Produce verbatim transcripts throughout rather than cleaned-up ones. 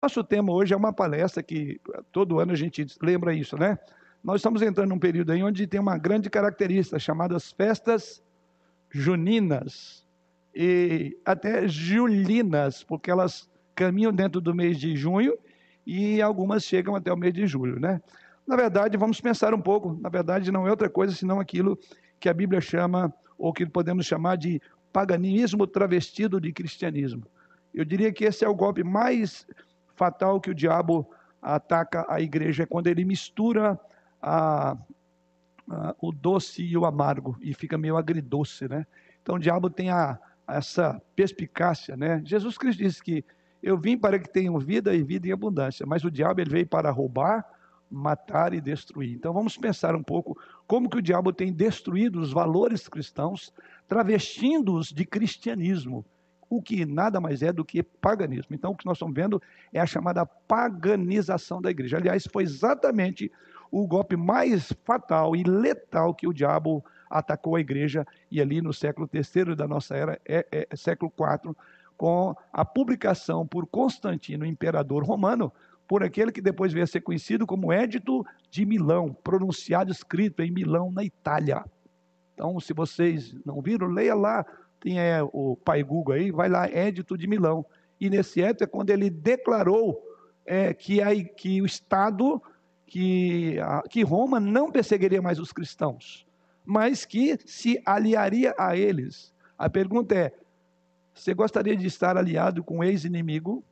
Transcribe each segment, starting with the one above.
Nosso tema hoje é uma palestra que todo ano a gente lembra isso, né? Nós estamos entrando num período aí onde tem uma grande característica chamada as festas juninas e até julinas, porque elas caminham dentro do mês de junho e algumas chegam até o mês de julho, né? Na verdade, vamos pensar um pouco, na verdade não é outra coisa senão aquilo que a Bíblia chama, ou que podemos chamar de paganismo travestido de cristianismo. Eu diria que esse é o golpe mais fatal que o diabo ataca a igreja, é quando ele mistura a, a, o doce e o amargo, e fica meio agridoce, né? Então o diabo tem a, essa perspicácia, né? Jesus Cristo disse que eu vim para que tenham vida e vida em abundância, mas o diabo ele veio para roubar, matar e destruir. Então vamos pensar um pouco como que o diabo tem destruído os valores cristãos, travestindo-os de cristianismo, o que nada mais é do que paganismo. Então o que nós estamos vendo é a chamada paganização da igreja. Aliás, foi exatamente o golpe mais fatal e letal que o diabo atacou a igreja, e ali no século terceiro da nossa era, é, é, é século quarto, com a publicação por Constantino, imperador romano, por aquele que depois veio a ser conhecido como Édito de Milão, pronunciado, escrito em Milão, na Itália. Então, se vocês não viram, leia lá, tem é, o pai Google aí, vai lá, Édito de Milão. E nesse édito é quando ele declarou é, que, a, que o Estado, que, a, que Roma não perseguiria mais os cristãos, mas que se aliaria a eles. A pergunta é, você gostaria de estar aliado com um ex-inimigo?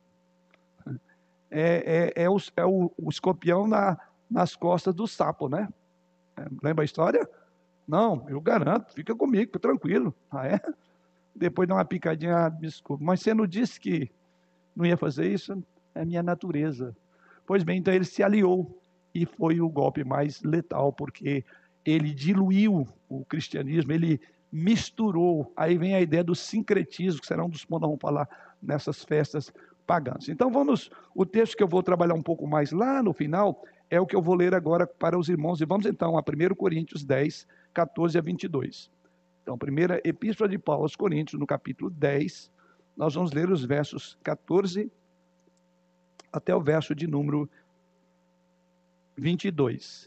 É, é, é, o, é o, o escorpião na, nas costas do sapo, né? É, lembra a história? Não, eu garanto, fica comigo, fica tranquilo. Ah, é? Depois dá uma picadinha, ah, desculpa. Mas você não disse que não ia fazer isso? É a minha natureza. Pois bem, então ele se aliou e foi o golpe mais letal, porque ele diluiu o cristianismo, ele misturou. Aí vem a ideia do sincretismo, que será um dos pontos que vamos falar nessas festas pagãs. Então vamos, o texto que eu vou trabalhar um pouco mais lá no final, é o que eu vou ler agora para os irmãos. E vamos então a primeira Coríntios dez, catorze a vinte e dois. Então, primeira Epístola de Paulo aos Coríntios, no capítulo dez, nós vamos ler os versos catorze até o verso de número vinte e dois.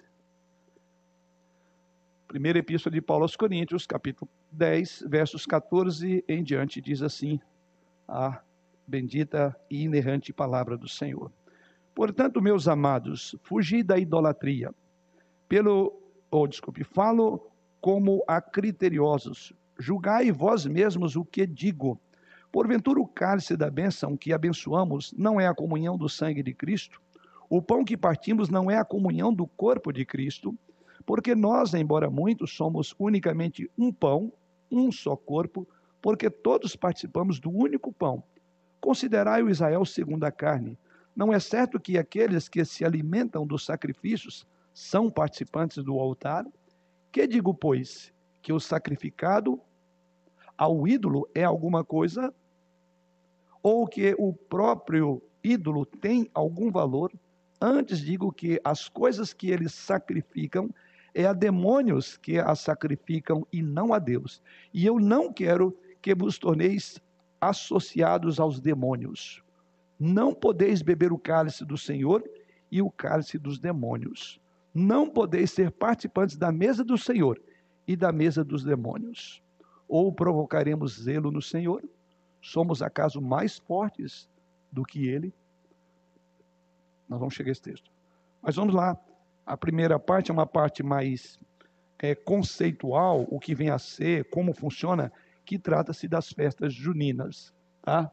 Primeira Epístola de Paulo aos Coríntios, capítulo dez, versos catorze em diante, diz assim a bendita e inerrante palavra do Senhor. Portanto, meus amados, fugi da idolatria. Pelo, ou oh, desculpe, falo como a criteriosos, julgai vós mesmos o que digo. Porventura o cálice da bênção que abençoamos não é a comunhão do sangue de Cristo? O pão que partimos não é a comunhão do corpo de Cristo? Porque nós, embora muitos, somos unicamente um pão, um só corpo, porque todos participamos do único pão. Considerai o Israel segundo a carne. Não é certo que aqueles que se alimentam dos sacrifícios são participantes do altar? Que digo, pois, que o sacrificado ao ídolo é alguma coisa? Ou que o próprio ídolo tem algum valor? Antes digo que as coisas que eles sacrificam é a demônios que as sacrificam e não a Deus. E eu não quero que vos torneis associados aos demônios. Não podeis beber o cálice do Senhor e o cálice dos demônios. Não podeis ser participantes da mesa do Senhor e da mesa dos demônios. Ou provocaremos zelo no Senhor? Somos acaso mais fortes do que Ele? Nós vamos chegar a esse texto. Mas vamos lá. A primeira parte é uma parte mais é, conceitual, o que vem a ser, como funciona, que trata-se das festas juninas. Tá?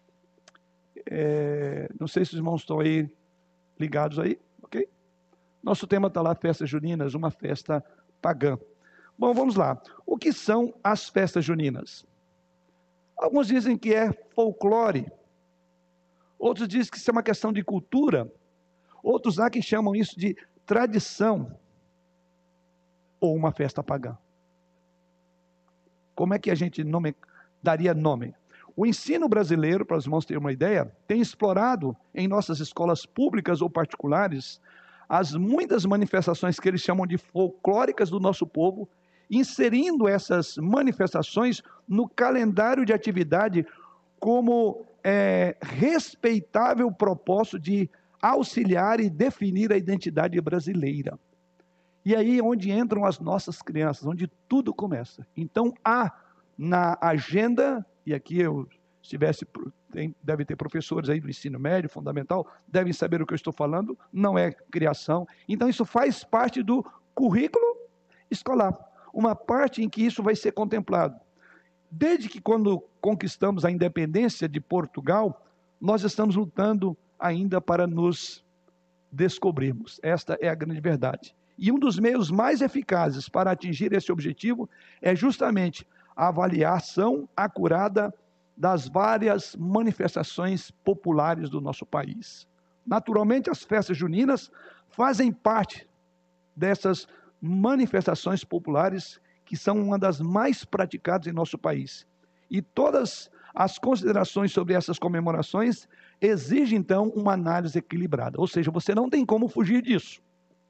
É, não sei se os irmãos estão aí ligados aí, ok? Nosso tema está lá, festas juninas, uma festa pagã. Bom, vamos lá. O que são as festas juninas? Alguns dizem que é folclore. Outros dizem que isso é uma questão de cultura. Outros há que chamam isso de tradição ou uma festa pagã. Como é que a gente nome, daria nome? O ensino brasileiro, para os irmãos terem uma ideia, tem explorado em nossas escolas públicas ou particulares as muitas manifestações que eles chamam de folclóricas do nosso povo, inserindo essas manifestações no calendário de atividade como é, respeitável propósito de auxiliar e definir a identidade brasileira. E aí é onde entram as nossas crianças, onde tudo começa. Então, há na agenda, e aqui eu, se tivesse, tem, deve ter professores aí do ensino médio, fundamental, devem saber o que eu estou falando, não é criação. Então, isso faz parte do currículo escolar, uma parte em que isso vai ser contemplado. Desde que quando conquistamos a independência de Portugal, nós estamos lutando ainda para nos descobrirmos. Esta é a grande verdade. E um dos meios mais eficazes para atingir esse objetivo é justamente a avaliação acurada das várias manifestações populares do nosso país. Naturalmente, as festas juninas fazem parte dessas manifestações populares que são uma das mais praticadas em nosso país. E todas as considerações sobre essas comemorações exigem, então, uma análise equilibrada. Ou seja, você não tem como fugir disso.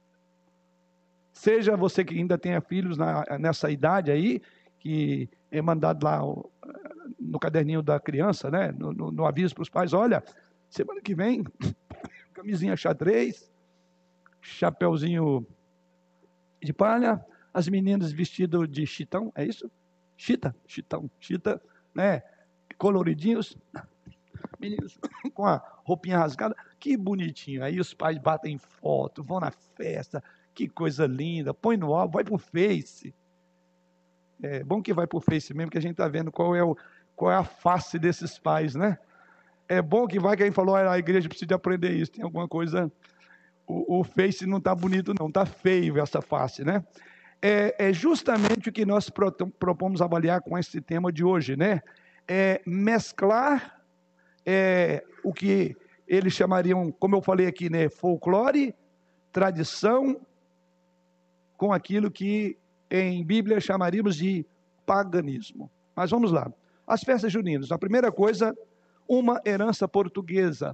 Seja você que ainda tenha filhos na, nessa idade aí, que é mandado lá no caderninho da criança, né? no, no, no aviso para os pais, olha, semana que vem, camisinha xadrez, chapéuzinho de palha, as meninas vestidas de chitão, é isso? Chita, chitão, chita, né? Coloridinhos, meninos com a roupinha rasgada, que bonitinho. Aí os pais batem foto, vão na festa, que coisa linda, põe no álbum, vai pro Face. É bom que vai pro Face mesmo, que a gente está vendo qual é, o, qual é a face desses pais, né? É bom que vai, que a gente falou, a igreja precisa aprender isso, tem alguma coisa, o, o Face não está bonito não, está feio essa face, né? É, é justamente o que nós pro, propomos avaliar com esse tema de hoje, né? É mesclar é, o que eles chamariam, como eu falei aqui, né? Folclore, tradição, com aquilo que em Bíblia chamaríamos de paganismo. Mas vamos lá. As festas juninas. A primeira coisa, uma herança portuguesa.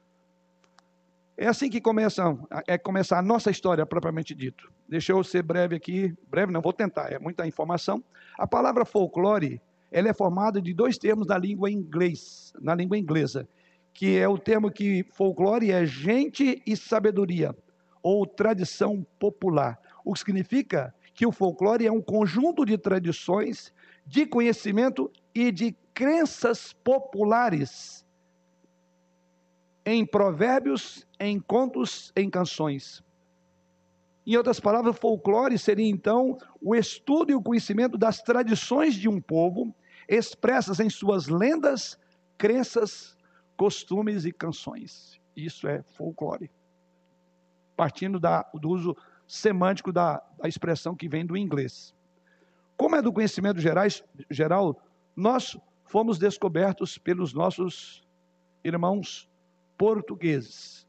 É assim que começa, é começa a nossa história, propriamente dito. Deixa eu ser breve aqui. Breve não, vou tentar, é muita informação. A palavra folclore, ela é formada de dois termos na língua inglês, na língua inglesa, que é o termo que folclore é gente e sabedoria, ou tradição popular. O que significa que o folclore é um conjunto de tradições, de conhecimento e de crenças populares, em provérbios, em contos, em canções. Em outras palavras, folclore seria então o estudo e o conhecimento das tradições de um povo, expressas em suas lendas, crenças, costumes e canções. Isso é folclore. Partindo da, do uso semântico da, da expressão que vem do inglês. Como é do conhecimento gerais, geral, nós fomos descobertos pelos nossos irmãos portugueses.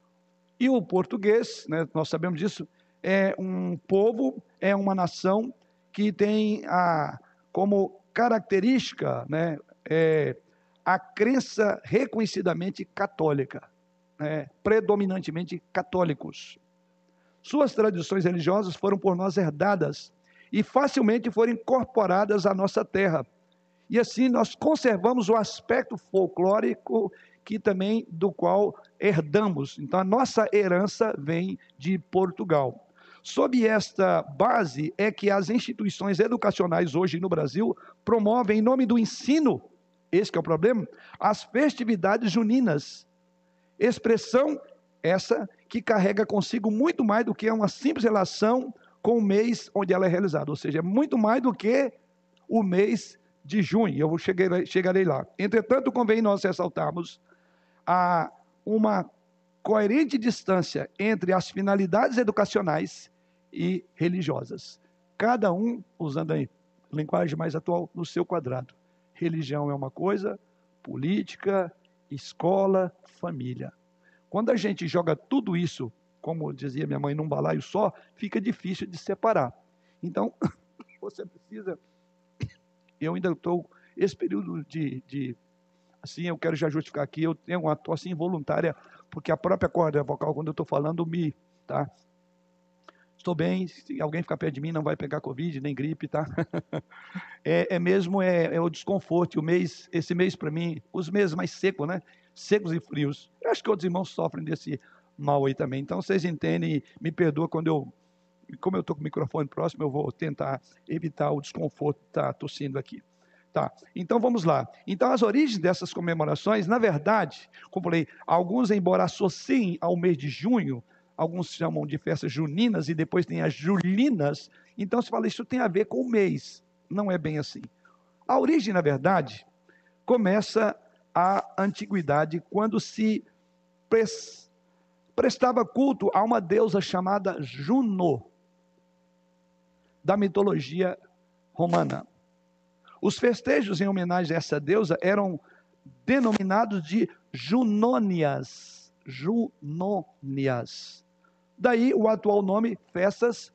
E o português, né, nós sabemos disso, é um povo, é uma nação que tem a, como característica, né, é, a crença reconhecidamente católica, né, predominantemente católicos. Suas tradições religiosas foram por nós herdadas e facilmente foram incorporadas à nossa terra. E assim nós conservamos o aspecto folclórico que também do qual herdamos. Então a nossa herança vem de Portugal. Sob esta base é que as instituições educacionais hoje no Brasil promovem em nome do ensino, esse que é o problema, as festividades juninas. Expressão essa que carrega consigo muito mais do que uma simples relação com o mês onde ela é realizada, ou seja, é muito mais do que o mês de junho, eu chegarei, chegarei lá. Entretanto, convém nós ressaltarmos a uma coerente distância entre as finalidades educacionais e religiosas. Cada um, usando a linguagem mais atual, no seu quadrado. Religião é uma coisa, política, escola, família. Quando a gente joga tudo isso, como dizia minha mãe, num balaio só, fica difícil de separar. Então, você precisa... Eu ainda estou... Esse período de, de... Assim, eu quero já justificar aqui, eu tenho uma tosse involuntária, porque a própria corda vocal, quando eu estou falando, me... Tá? estou bem, se alguém ficar perto de mim não vai pegar Covid, nem gripe, tá? É, é mesmo, é, é o desconforto, o mês, esse mês para mim, os meses mais secos, né? Secos e frios. Eu acho que outros irmãos sofrem desse mal aí também. Então, vocês entendem, me perdoa quando eu, como eu estou com o microfone próximo, eu vou tentar evitar o desconforto de estar tossindo aqui. Tá, então vamos lá. Então as origens dessas comemorações, na verdade, como falei, alguns embora associem ao mês de junho, alguns chamam de festas juninas e depois tem as julinas, então se fala isso tem a ver com o mês, não é bem assim. A origem, na verdade, começa a antiguidade, quando se pres, prestava culto a uma deusa chamada Juno, da mitologia romana. Os festejos em homenagem a essa deusa eram denominados de Junônias. Junônias. Daí o atual nome, festas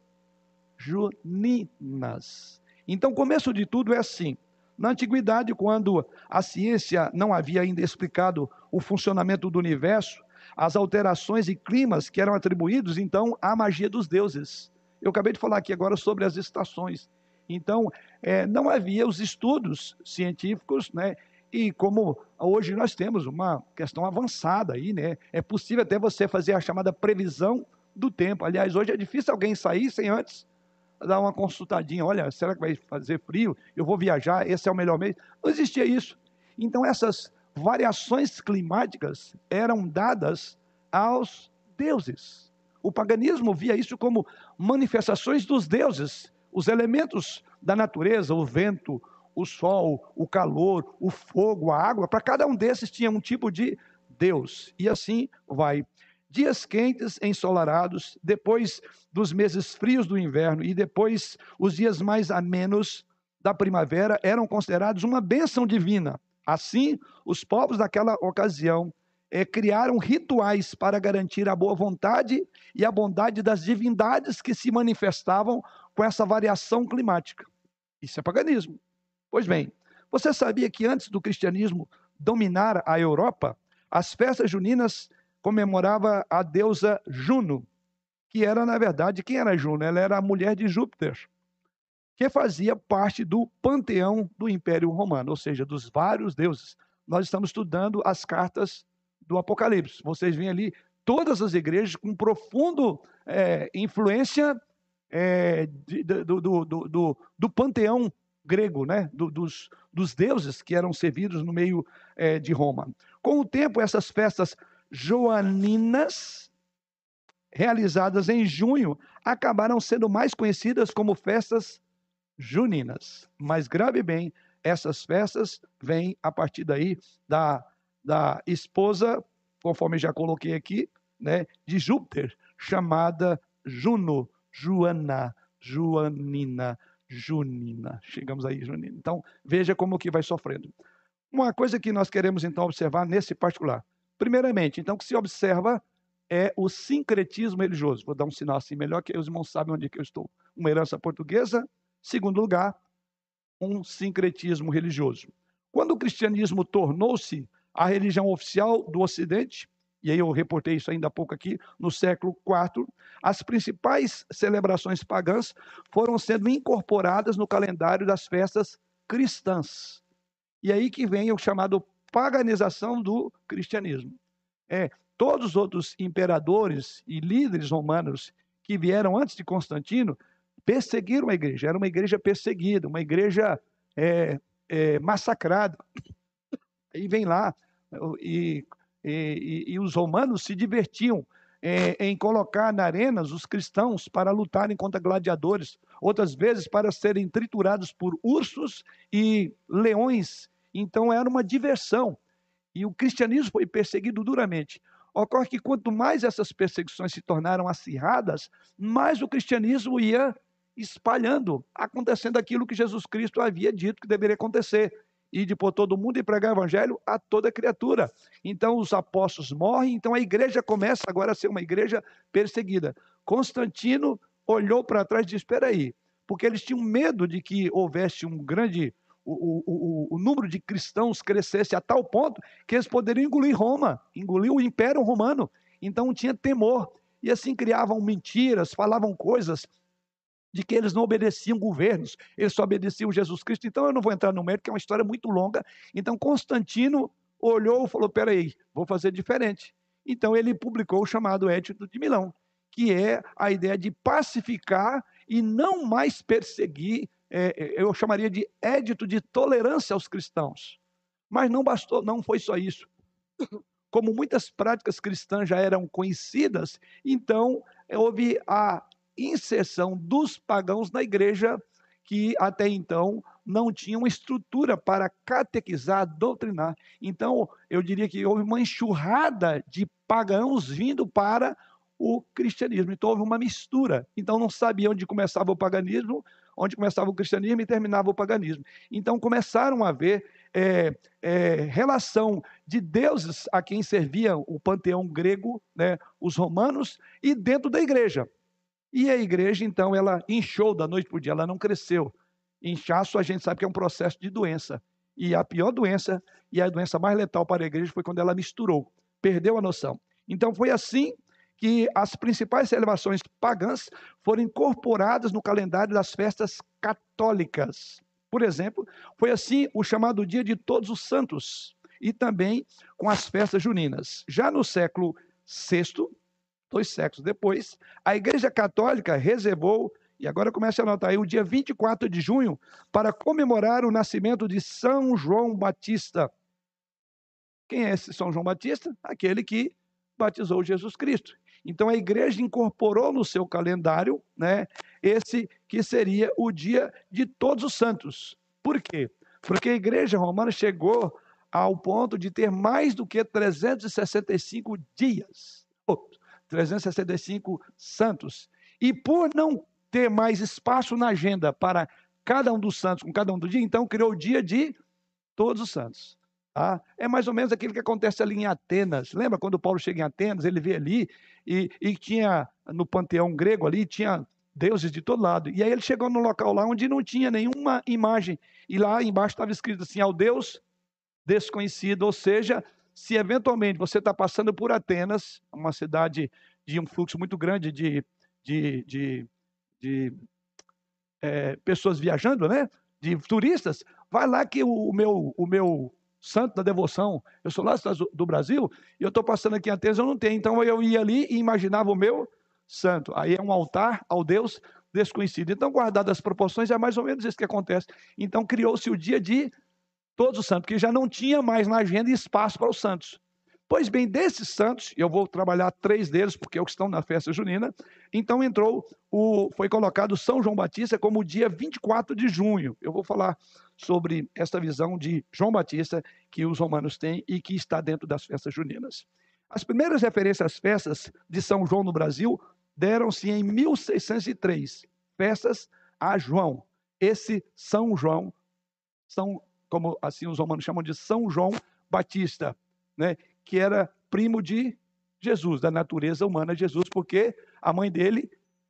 juninas. Então, o começo de tudo é assim. Na antiguidade, quando a ciência não havia ainda explicado o funcionamento do universo, as alterações e climas que eram atribuídos, então, à magia dos deuses. Eu acabei de falar aqui agora sobre as estações. Então, é, não havia os estudos científicos, né? E como hoje nós temos uma questão avançada aí, né? É possível até você fazer a chamada previsão do tempo. Aliás, hoje é difícil alguém sair sem antes dar uma consultadinha. Olha, será que vai fazer frio? Eu vou viajar, esse é o melhor mês. Não existia isso. Então, essas variações climáticas eram dadas aos deuses. O paganismo via isso como manifestações dos deuses. Os elementos da natureza, o vento, o sol, o calor, o fogo, a água, para cada um desses tinha um tipo de Deus. E assim vai. Dias quentes, ensolarados, depois dos meses frios do inverno e depois os dias mais amenos da primavera eram considerados uma bênção divina. Assim, os povos daquela ocasião é, criaram rituais para garantir a boa vontade e a bondade das divindades que se manifestavam com essa variação climática. Isso é paganismo. Pois bem, você sabia que antes do cristianismo dominar a Europa, as festas juninas comemoravam a deusa Juno, que era, na verdade, quem era Juno? Ela era a mulher de Júpiter, que fazia parte do panteão do Império Romano, ou seja, dos vários deuses. Nós estamos estudando as cartas do Apocalipse. Vocês veem ali todas as igrejas com profundo é, influência É, de, do, do, do, do, do panteão grego, né? do, dos, dos deuses que eram servidos no meio é, de Roma. Com o tempo, essas festas joaninas, realizadas em junho, acabaram sendo mais conhecidas como festas juninas. Mas grave bem, essas festas vêm a partir daí da, da esposa, conforme já coloquei aqui, né, de Júpiter, chamada Juno. Joana, Joanina, Junina. Chegamos aí, Junina. Então, veja como que vai sofrendo. Uma coisa que nós queremos, então, observar nesse particular. Primeiramente, então, o que se observa é o sincretismo religioso. Vou dar um sinal assim melhor, que os irmãos sabem onde que eu estou. Uma herança portuguesa. Segundo lugar, um sincretismo religioso. Quando o cristianismo tornou-se a religião oficial do Ocidente, e aí eu reportei isso ainda há pouco aqui, no século quarto, as principais celebrações pagãs foram sendo incorporadas no calendário das festas cristãs. E aí que vem o chamado paganização do cristianismo. É, todos os outros imperadores e líderes romanos que vieram antes de Constantino perseguiram a igreja, era uma igreja perseguida, uma igreja é, é, massacrada. Aí vem lá e... E, e, e os romanos se divertiam é, em colocar na arenas os cristãos para lutarem contra gladiadores, outras vezes para serem triturados por ursos e leões. Então era uma diversão. E o cristianismo foi perseguido duramente. Ocorre que quanto mais essas perseguições se tornaram acirradas, mais o cristianismo ia espalhando, acontecendo aquilo que Jesus Cristo havia dito que deveria acontecer. Ide por todo mundo e pregar o evangelho a toda criatura. Então os apóstolos morrem, então a igreja começa agora a ser uma igreja perseguida. Constantino olhou para trás e disse, espera aí, porque eles tinham medo de que houvesse um grande, o, o, o, o número de cristãos crescesse a tal ponto que eles poderiam engolir Roma, engolir o Império Romano. Então tinha temor. e assim criavam mentiras, falavam coisas de que eles não obedeciam governos, eles só obedeciam Jesus Cristo. Então eu não vou entrar no mérito, que é uma história muito longa. Então Constantino olhou e falou, peraí, vou fazer diferente. Então ele publicou o chamado Edito de Milão, que é a ideia de pacificar e não mais perseguir, é, eu chamaria de Edito de tolerância aos cristãos. Mas não bastou, não foi só isso. Como muitas práticas cristãs já eram conhecidas, então houve a inserção dos pagãos na igreja, que até então não tinham estrutura para catequizar, doutrinar. Então, eu diria que houve uma enxurrada de pagãos vindo para o cristianismo. Então, houve uma mistura. Então, não sabia onde começava o paganismo, onde começava o cristianismo e terminava o paganismo. Então, começaram a haver é, é, relação de deuses a quem servia o panteão grego, né, os romanos, e dentro da igreja. E a igreja, então, ela inchou da noite para o dia, ela não cresceu. Inchaço, a gente sabe que é um processo de doença. E a pior doença, e a doença mais letal para a igreja, foi quando ela misturou, perdeu a noção. Então, foi assim que as principais celebrações pagãs foram incorporadas no calendário das festas católicas. Por exemplo, foi assim o chamado Dia de Todos os Santos, e também com as festas juninas. Já no século sexto, dois séculos depois, a Igreja Católica reservou, e agora começa a anotar aí, o dia vinte e quatro de junho, para comemorar o nascimento de São João Batista. Quem é esse São João Batista? Aquele que batizou Jesus Cristo. Então a igreja incorporou no seu calendário, né, esse que seria o dia de Todos os Santos. Por quê? Porque a igreja romana chegou ao ponto de ter mais do que trezentos e sessenta e cinco dias. Oh, trezentos e sessenta e cinco santos. E por não ter mais espaço na agenda para cada um dos santos, com cada um do dia, então criou o dia de Todos os Santos. Tá? É mais ou menos aquilo que acontece ali em Atenas. Lembra quando Paulo chega em Atenas, ele vê ali, e, e tinha, no panteão grego ali, tinha deuses de todo lado. E aí ele chegou num local lá onde não tinha nenhuma imagem. E lá embaixo estava escrito assim, ao Deus desconhecido, ou seja, se eventualmente você está passando por Atenas, uma cidade de um fluxo muito grande de, de, de, de é, pessoas viajando, né? De turistas, vai lá que o meu, o meu santo da devoção, eu sou lá do Brasil, e eu estou passando aqui em Atenas, eu não tenho, então eu ia ali e imaginava o meu santo. Aí é um altar ao Deus desconhecido. Então, guardadas as proporções, é mais ou menos isso que acontece. Então, criou-se o dia de Todos os Santos, porque já não tinha mais na agenda espaço para os santos. Pois bem, desses santos, eu vou trabalhar três deles, porque é o que estão na festa junina, então entrou, o, foi colocado São João Batista como o dia vinte e quatro de junho. Eu vou falar sobre esta visão de João Batista que os romanos têm e que está dentro das festas juninas. As primeiras referências às festas de São João no Brasil deram-se em mil seiscentos e três, festas a João. Esse São João, são, como assim os romanos chamam de São João Batista, né? Que era primo de Jesus, da natureza humana de Jesus, porque a mãe dele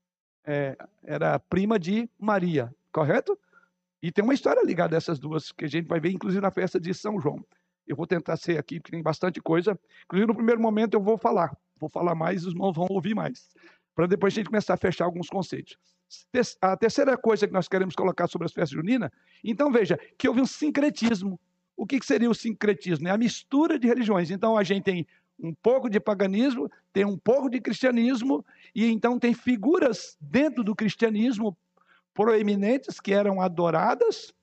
é, era prima de Maria, correto? E tem uma história ligada a essas duas, que a gente vai ver, inclusive, na festa de São João. Eu vou tentar ser aqui, porque tem bastante coisa. Inclusive, no primeiro momento, eu vou falar. Vou falar mais, os irmãos vão ouvir mais. Para depois a gente começar a fechar alguns conceitos. A terceira coisa que nós queremos colocar sobre as festas juninas, então, veja, que houve um sincretismo. O que seria o sincretismo? É a mistura de religiões. Então, a gente tem um pouco de paganismo, tem um pouco de cristianismo, e então tem figuras dentro do cristianismo proeminentes que eram adoradas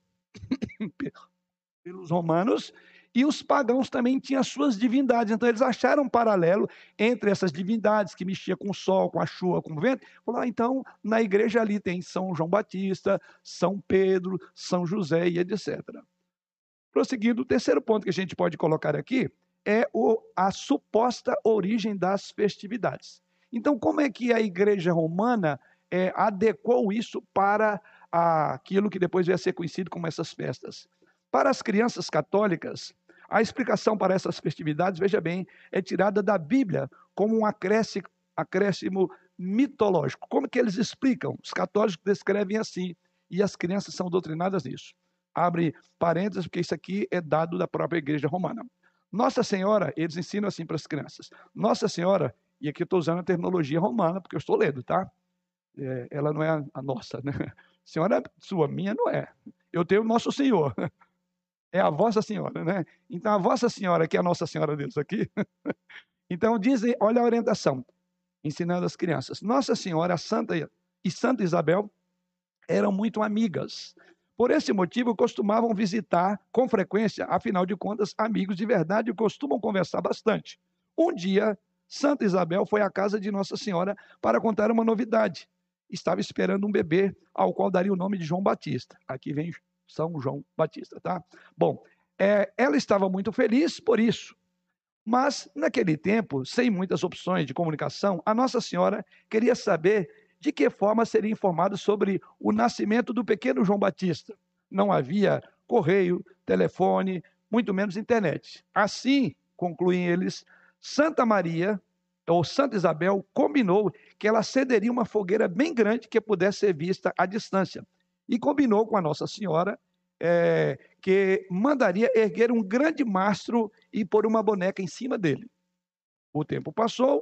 pelos romanos, e os pagãos também tinham as suas divindades. Então, eles acharam um paralelo entre essas divindades que mexiam com o sol, com a chuva, com o vento. Falaram, ah, então, na igreja ali tem São João Batista, São Pedro, São José e etcétera. Prosseguindo, o terceiro ponto que a gente pode colocar aqui é o, a suposta origem das festividades. Então, como é que a igreja romana é, adequou isso para a, aquilo que depois vai ser conhecido como essas festas? Para as crianças católicas, a explicação para essas festividades, veja bem, é tirada da Bíblia como um acréscimo, acréscimo mitológico. Como que eles explicam? Os católicos descrevem assim, e as crianças são doutrinadas nisso. Abre parênteses, porque isso aqui é dado da própria igreja romana. Nossa Senhora, eles ensinam assim para as crianças, Nossa Senhora E aqui eu estou usando a terminologia romana, porque eu estou lendo, tá? É, ela não é a, a nossa, né? Senhora sua, minha não é. Eu tenho o Nosso Senhor. É a Vossa Senhora, né? Então, a Vossa Senhora, que é a Nossa Senhora Deus aqui. Então, dizem, olha a orientação, ensinando as crianças. Nossa Senhora Santa e Santa Isabel eram muito amigas. Por esse motivo, costumavam visitar com frequência, afinal de contas, amigos de verdade costumam conversar bastante. Um dia, Santa Isabel foi à casa de Nossa Senhora para contar uma novidade. Estava esperando um bebê, ao qual daria o nome de João Batista. Aqui vem São João Batista, tá? Bom, é, ela estava muito feliz por isso. Mas, naquele tempo, sem muitas opções de comunicação, a Nossa Senhora queria saber de que forma seria informado sobre o nascimento do pequeno João Batista. Não havia correio, telefone, muito menos internet. Assim, concluem eles, Santa Maria, ou Santa Isabel, combinou que ela cederia uma fogueira bem grande que pudesse ser vista à distância. E combinou com a Nossa Senhora é, que mandaria erguer um grande mastro e pôr uma boneca em cima dele. O tempo passou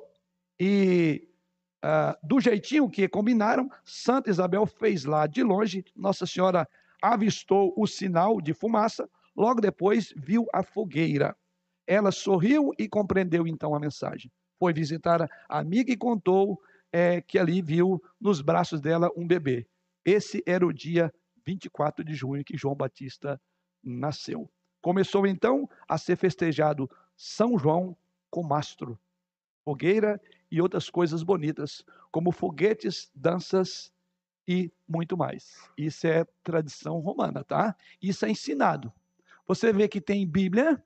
e, ah, do jeitinho que combinaram, Santa Isabel fez lá de longe, Nossa Senhora avistou o sinal de fumaça, logo depois viu a fogueira. Ela sorriu e compreendeu então a mensagem. Foi visitar a amiga e contou é, que ali viu nos braços dela um bebê. Esse era o dia vinte e quatro de junho que João Batista nasceu. Começou então a ser festejado São João com mastro, fogueira e outras coisas bonitas, como foguetes, danças e muito mais. Isso é tradição romana, tá? Isso é ensinado. Você vê que tem Bíblia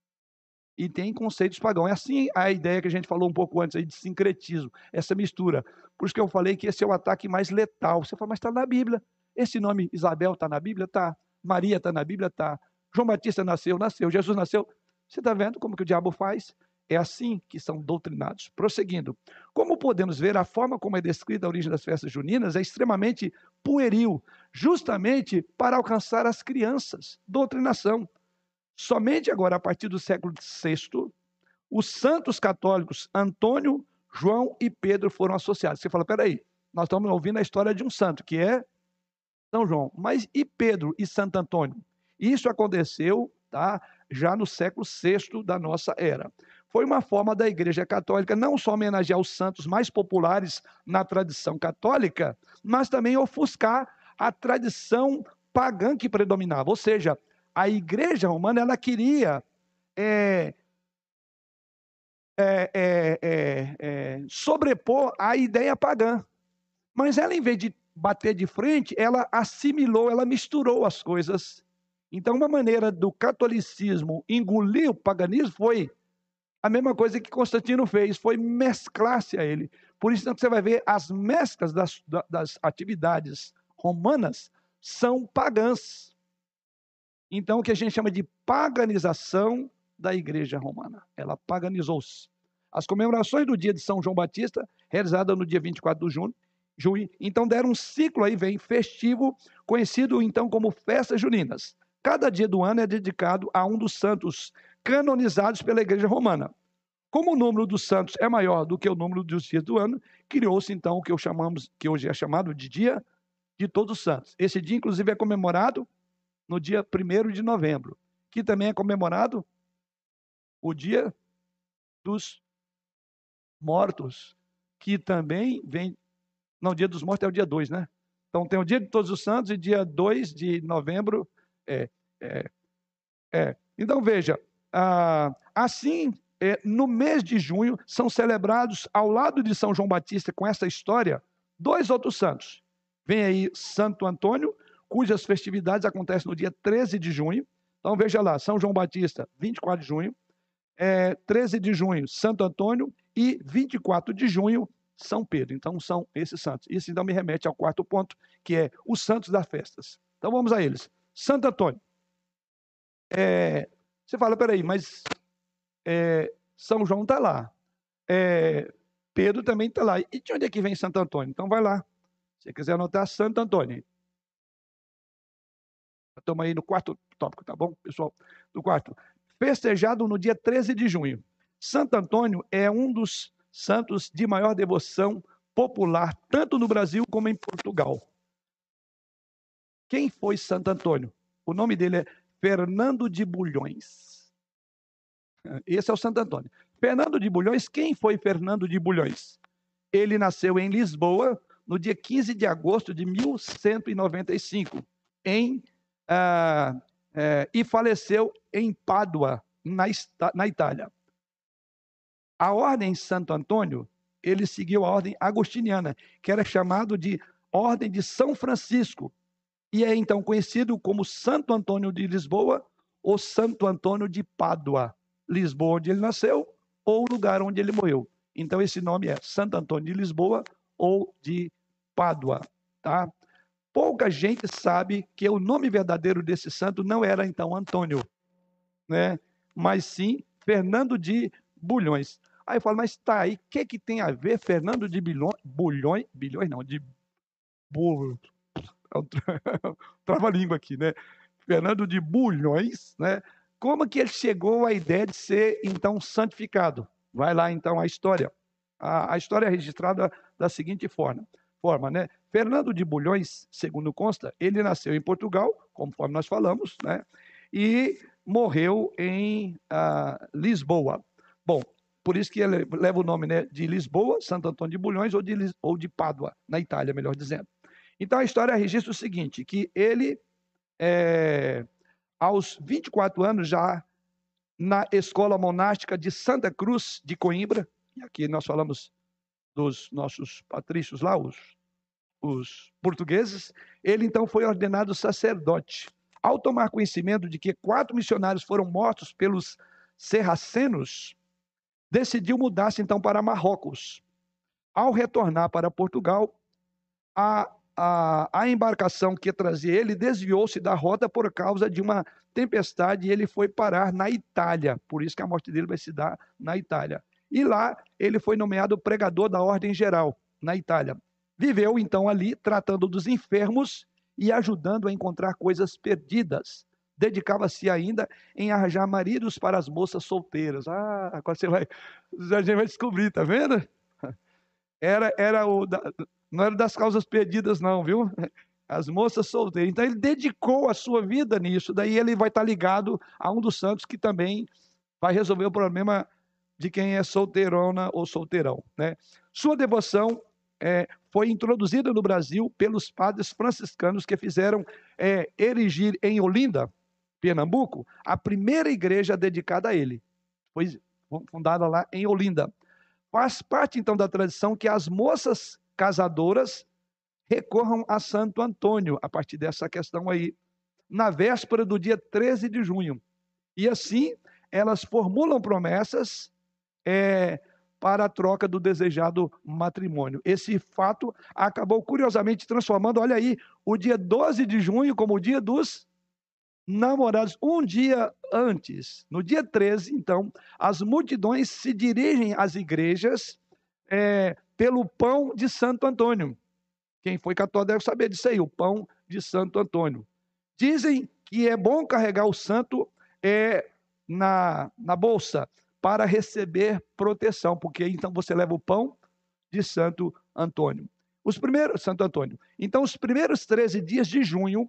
e tem conceitos pagãos. É assim a ideia que a gente falou um pouco antes aí de sincretismo, essa mistura. Por isso que eu falei que esse é o ataque mais letal. Você fala, mas está na Bíblia. Esse nome Isabel está na Bíblia? Está. Maria está na Bíblia? Está. João Batista nasceu? Nasceu. Jesus nasceu? Você está vendo como que o diabo faz? É assim que são doutrinados. Prosseguindo. Como podemos ver, a forma como é descrita a origem das festas juninas é extremamente pueril, justamente para alcançar as crianças. Doutrinação. Somente agora, a partir do século sexto, os santos católicos Antônio, João e Pedro foram associados. Você fala, peraí, nós estamos ouvindo a história de um santo, que é São João. Mas e Pedro e Santo Antônio? Isso aconteceu, tá, já no século sexto da nossa era. Foi uma forma da Igreja Católica não só homenagear os santos mais populares na tradição católica, mas também ofuscar a tradição pagã que predominava. Ou seja, a Igreja Romana ela queria é, é, é, é, é, sobrepor a ideia pagã. Mas ela, em vez de bater de frente, ela assimilou, ela misturou as coisas. Então, uma maneira do catolicismo engolir o paganismo foi a mesma coisa que Constantino fez, foi mesclar-se a ele. Por isso que você vai ver as mesclas das, das atividades romanas são pagãs. Então, o que a gente chama de paganização da Igreja Romana. Ela paganizou-se. As comemorações do dia de São João Batista, realizadas no dia vinte e quatro de junho, junho, então deram um ciclo aí, vem, festivo, conhecido então como festas juninas. Cada dia do ano é dedicado a um dos santos canonizados pela Igreja Romana. Como o número dos santos é maior do que o número dos dias do ano, criou-se então o que, eu chamamos, que hoje é chamado de Dia de Todos os Santos. Esse dia, inclusive, é comemorado no dia primeiro de novembro, que também é comemorado o Dia dos Mortos, que também vem... Não, o Dia dos Mortos é o dia dois, né? Então tem o Dia de Todos os Santos e dia dois de novembro. É, é, é. Então veja, ah, assim, é, no mês de junho, são celebrados, ao lado de São João Batista, com essa história, dois outros santos. Vem aí Santo Antônio, cujas festividades acontecem no dia treze de junho. Então veja lá, São João Batista, vinte e quatro de junho. É, treze de junho, Santo Antônio. E vinte e quatro de junho, São Pedro. Então são esses santos. Isso então me remete ao quarto ponto, que é os santos das festas. Então vamos a eles. Santo Antônio. É, você fala, peraí, mas é, São João está lá. É, Pedro também está lá. E de onde é que vem Santo Antônio? Então vai lá. Se você quiser anotar, Santo Antônio. Estamos aí no quarto tópico, tá bom, pessoal? No quarto. Festejado no dia treze de junho. Santo Antônio é um dos santos de maior devoção popular, tanto no Brasil como em Portugal. Quem foi Santo Antônio? O nome dele é Fernando de Bulhões. Esse é o Santo Antônio. Fernando de Bulhões, quem foi Fernando de Bulhões? Ele nasceu em Lisboa no dia quinze de agosto de mil cento e noventa e cinco, em, ah, eh, e faleceu em Pádua, na, na Itália. A ordem Santo Antônio, ele seguiu a ordem agostiniana, que era chamado de Ordem de São Francisco, e é então conhecido como Santo Antônio de Lisboa ou Santo Antônio de Pádua. Lisboa, onde ele nasceu, ou o lugar onde ele morreu. Então, esse nome é Santo Antônio de Lisboa ou de Pádua, tá? Pouca gente sabe que o nome verdadeiro desse santo não era, então, Antônio, né? Mas sim Fernando de Bulhões. Aí eu falo, mas tá aí, o que, que tem a ver Fernando de Bilhões, Bulhões, Bilhões não, de Bulhões, trava-língua aqui, né? Fernando de Bulhões, né? Como que ele chegou à ideia de ser, então, santificado? Vai lá, então, a história. A, a história é registrada da seguinte forma, forma, né? Fernando de Bulhões, segundo consta, ele nasceu em Portugal, conforme nós falamos, né? E morreu em uh, Lisboa. Bom, por isso que ele leva o nome, né, de Lisboa, Santo Antônio de Bulhões, ou de, ou de Pádua, na Itália, melhor dizendo. Então, a história registra o seguinte, que ele... É, aos vinte e quatro anos, já na escola monástica de Santa Cruz de Coimbra, e aqui nós falamos dos nossos patrícios lá, os, os portugueses, ele então foi ordenado sacerdote. Ao tomar conhecimento de que quatro missionários foram mortos pelos sarracenos, decidiu mudar-se então para Marrocos. Ao retornar para Portugal, a A, a embarcação que trazia ele desviou-se da rota por causa de uma tempestade e ele foi parar na Itália. Por isso que a morte dele vai se dar na Itália. E lá ele foi nomeado pregador da Ordem Geral, na Itália. Viveu então ali, tratando dos enfermos e ajudando a encontrar coisas perdidas. Dedicava-se ainda em arranjar maridos para as moças solteiras. Ah, agora você vai, a gente vai descobrir, tá vendo? Era, era o... Da, não era das causas perdidas, não, viu? As moças solteiras. Então, ele dedicou a sua vida nisso. Daí, ele vai estar ligado a um dos santos que também vai resolver o problema de quem é solteirona ou solteirão, né? Sua devoção é, foi introduzida no Brasil pelos padres franciscanos que fizeram é, erigir em Olinda, Pernambuco, a primeira igreja dedicada a ele. Foi fundada lá em Olinda. Faz parte, então, da tradição que as moças casadoras recorram a Santo Antônio, a partir dessa questão aí, na véspera do dia treze de junho. E assim, elas formulam promessas é, para a troca do desejado matrimônio. Esse fato acabou, curiosamente, transformando, olha aí, o dia doze de junho como o dia dos namorados. Um dia antes, no dia treze, então, as multidões se dirigem às igrejas é, pelo pão de Santo Antônio. Quem foi católico deve saber disso aí, o pão de Santo Antônio. Dizem que é bom carregar o santo é, na, na bolsa para receber proteção, porque então você leva o pão de Santo Antônio. Os primeiros, Santo Antônio. Então, os primeiros treze dias de junho,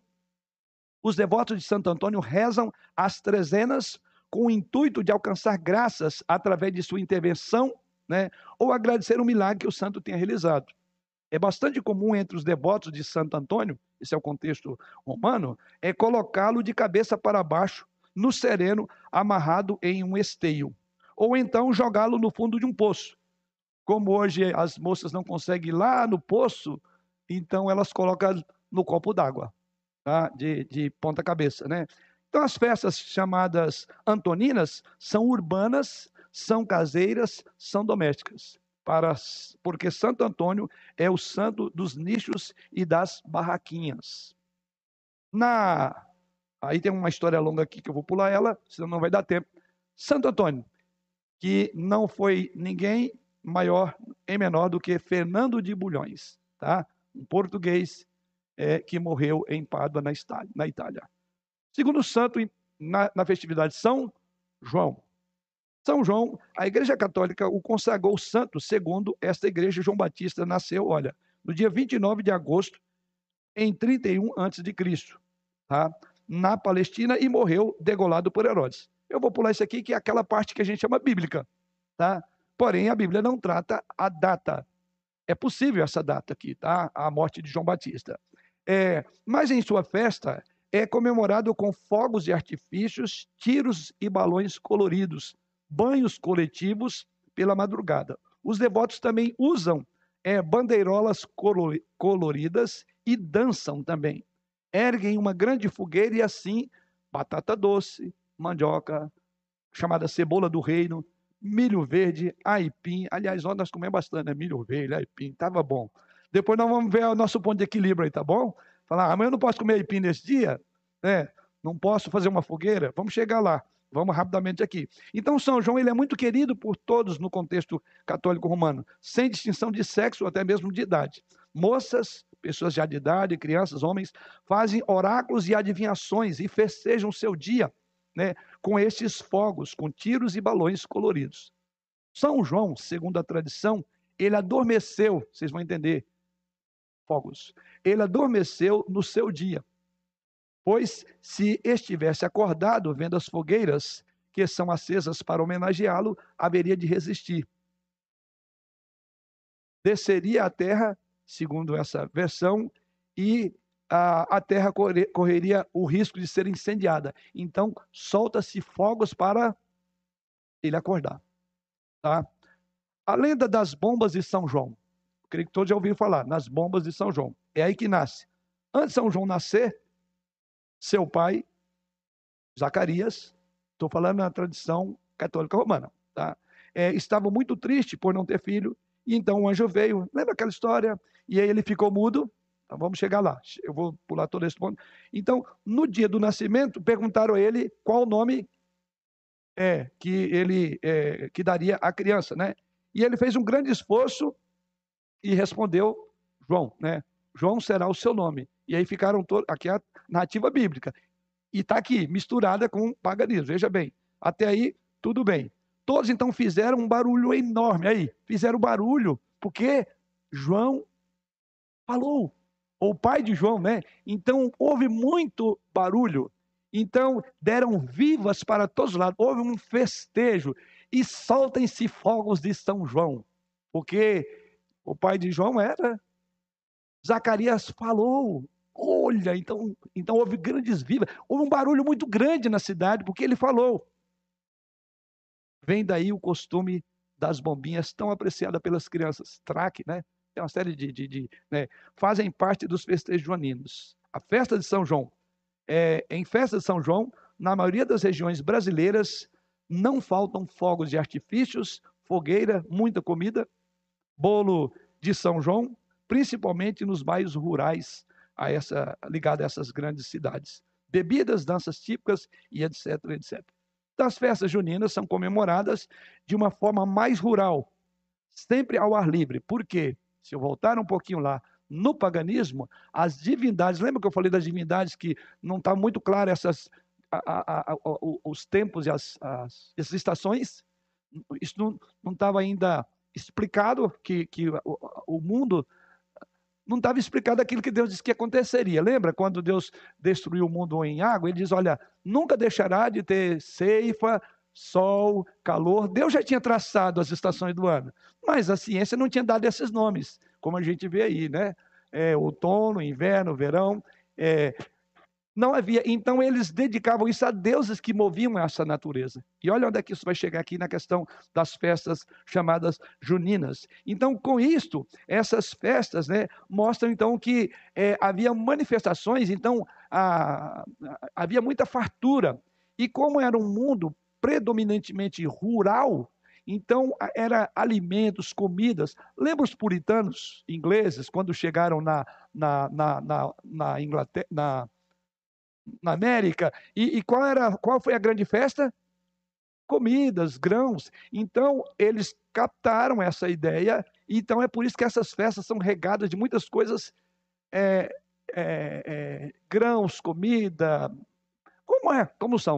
os devotos de Santo Antônio rezam as trezenas com o intuito de alcançar graças através de sua intervenção, né, ou agradecer o milagre que o santo tenha realizado. É bastante comum entre os devotos de Santo Antônio, esse é o contexto romano, é colocá-lo de cabeça para baixo, no sereno, amarrado em um esteio. Ou então jogá-lo no fundo de um poço. Como hoje as moças não conseguem ir lá no poço, então elas colocam no copo d'água, tá? de, de ponta cabeça, né? Então as festas chamadas antoninas são urbanas, são caseiras, são domésticas. Para, porque Santo Antônio é o santo dos nichos e das barraquinhas. Na, aí tem uma história longa aqui que eu vou pular ela, senão não vai dar tempo. Santo Antônio, que não foi ninguém maior e menor do que Fernando de Bulhões, tá? Um português é, que morreu em Pádua, na Itália. Na Itália. Segundo santo, na, na festividade São João. São João, a Igreja Católica o consagrou santo segundo esta igreja. João Batista nasceu, olha, no dia vinte e nove de agosto, em trinta e um antes de Cristo, tá? Na Palestina, e morreu degolado por Herodes. Eu vou pular isso aqui, que é aquela parte que a gente chama bíblica, tá? Porém, a Bíblia não trata a data. É possível essa data aqui, tá? A morte de João Batista. É, mas em sua festa é comemorado com fogos de artifícios, tiros e balões coloridos, banhos coletivos pela madrugada. Os devotos também usam é, bandeirolas coloridas e dançam também. Erguem uma grande fogueira e assim batata doce, mandioca, chamada cebola do reino, milho verde, aipim. Aliás, nós comemos bastante, né? Milho verde, aipim, tava bom. Depois nós vamos ver o nosso ponto de equilíbrio aí, tá bom? Falar, amanhã eu não posso comer aipim nesse dia, né? Não posso fazer uma fogueira. Vamos chegar lá. Vamos rapidamente aqui. Então, São João ele é muito querido por todos no contexto católico romano, sem distinção de sexo ou até mesmo de idade. Moças, pessoas já de idade, crianças, homens, fazem oráculos e adivinhações e festejam seu dia, né, com estes fogos, com tiros e balões coloridos. São João, segundo a tradição, ele adormeceu, vocês vão entender, fogos, ele adormeceu no seu dia, pois se estivesse acordado vendo as fogueiras que são acesas para homenageá-lo, haveria de resistir. Desceria à terra, segundo essa versão, e a, a terra corre, correria o risco de ser incendiada. Então, solta-se fogos para ele acordar. Tá? A lenda das bombas de São João. Creio que todos já ouviram falar, nas bombas de São João. É aí que nasce. Antes de São João nascer, seu pai, Zacarias, estou falando na tradição católica romana, tá? É, estava muito triste por não ter filho, e então o anjo veio, lembra aquela história? E aí ele ficou mudo. Então vamos chegar lá, eu vou pular todo esse ponto. Então, no dia do nascimento, perguntaram a ele qual o nome é, que ele é, que daria à criança, né? E ele fez um grande esforço e respondeu João, né? João será o seu nome. E aí ficaram todos, aqui é a narrativa bíblica. E está aqui, misturada com paganismo. Veja bem, até aí, tudo bem. Todos então fizeram um barulho enorme. Aí, fizeram barulho, porque João falou. Ou o pai de João, né? Então, houve muito barulho. Então, deram vivas para todos os lados. Houve um festejo. E soltem-se fogos de São João. Porque o pai de João era Zacarias falou. Olha, então, então houve grandes vivas. Houve um barulho muito grande na cidade, porque ele falou. Vem daí o costume das bombinhas tão apreciada pelas crianças. Traque, né? Tem uma série de... de, de né? Fazem parte dos festejos joaninos. A festa de São João. É, em festa de São João, na maioria das regiões brasileiras, não faltam fogos de artifícios, fogueira, muita comida, bolo de São João, principalmente nos bairros rurais, a essa, ligado a essas grandes cidades. Bebidas, danças típicas e etc, etcétera. As festas juninas são comemoradas de uma forma mais rural, sempre ao ar livre. Por quê? Se eu voltar um pouquinho lá, no paganismo, as divindades, lembra que eu falei das divindades que não está muito claro essas, a, a, a, os tempos e as, as, as estações? Isso não estava ainda explicado, que, que o, o mundo não estava explicado aquilo que Deus disse que aconteceria. Lembra quando Deus destruiu o mundo em água? Ele diz, olha, nunca deixará de ter ceifa, sol, calor. Deus já tinha traçado as estações do ano, mas a ciência não tinha dado esses nomes, como a gente vê aí, né? É, outono, inverno, verão, é, não havia. Então eles dedicavam isso a deuses que moviam essa natureza. E olha onde é que isso vai chegar aqui na questão das festas chamadas juninas. Então, com isto, essas festas, né, mostram então que é, havia manifestações, então a, a, havia muita fartura. E como era um mundo predominantemente rural, então era alimentos, comidas. Lembra os puritanos ingleses, quando chegaram na, na, na, na, na Inglaterra, na na América, e, e qual, era, qual foi a grande festa? Comidas, grãos. Então, eles captaram essa ideia, então é por isso que essas festas são regadas de muitas coisas, é, é, é, grãos, comida, como é, como são.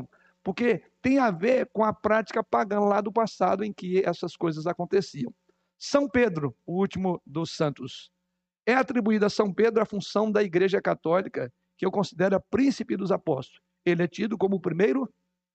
porque tem a ver com a prática pagã lá do passado em que essas coisas aconteciam. São Pedro, o último dos santos. É atribuída a São Pedro a função da Igreja Católica, que eu considero príncipe dos apóstolos. Ele é tido como o primeiro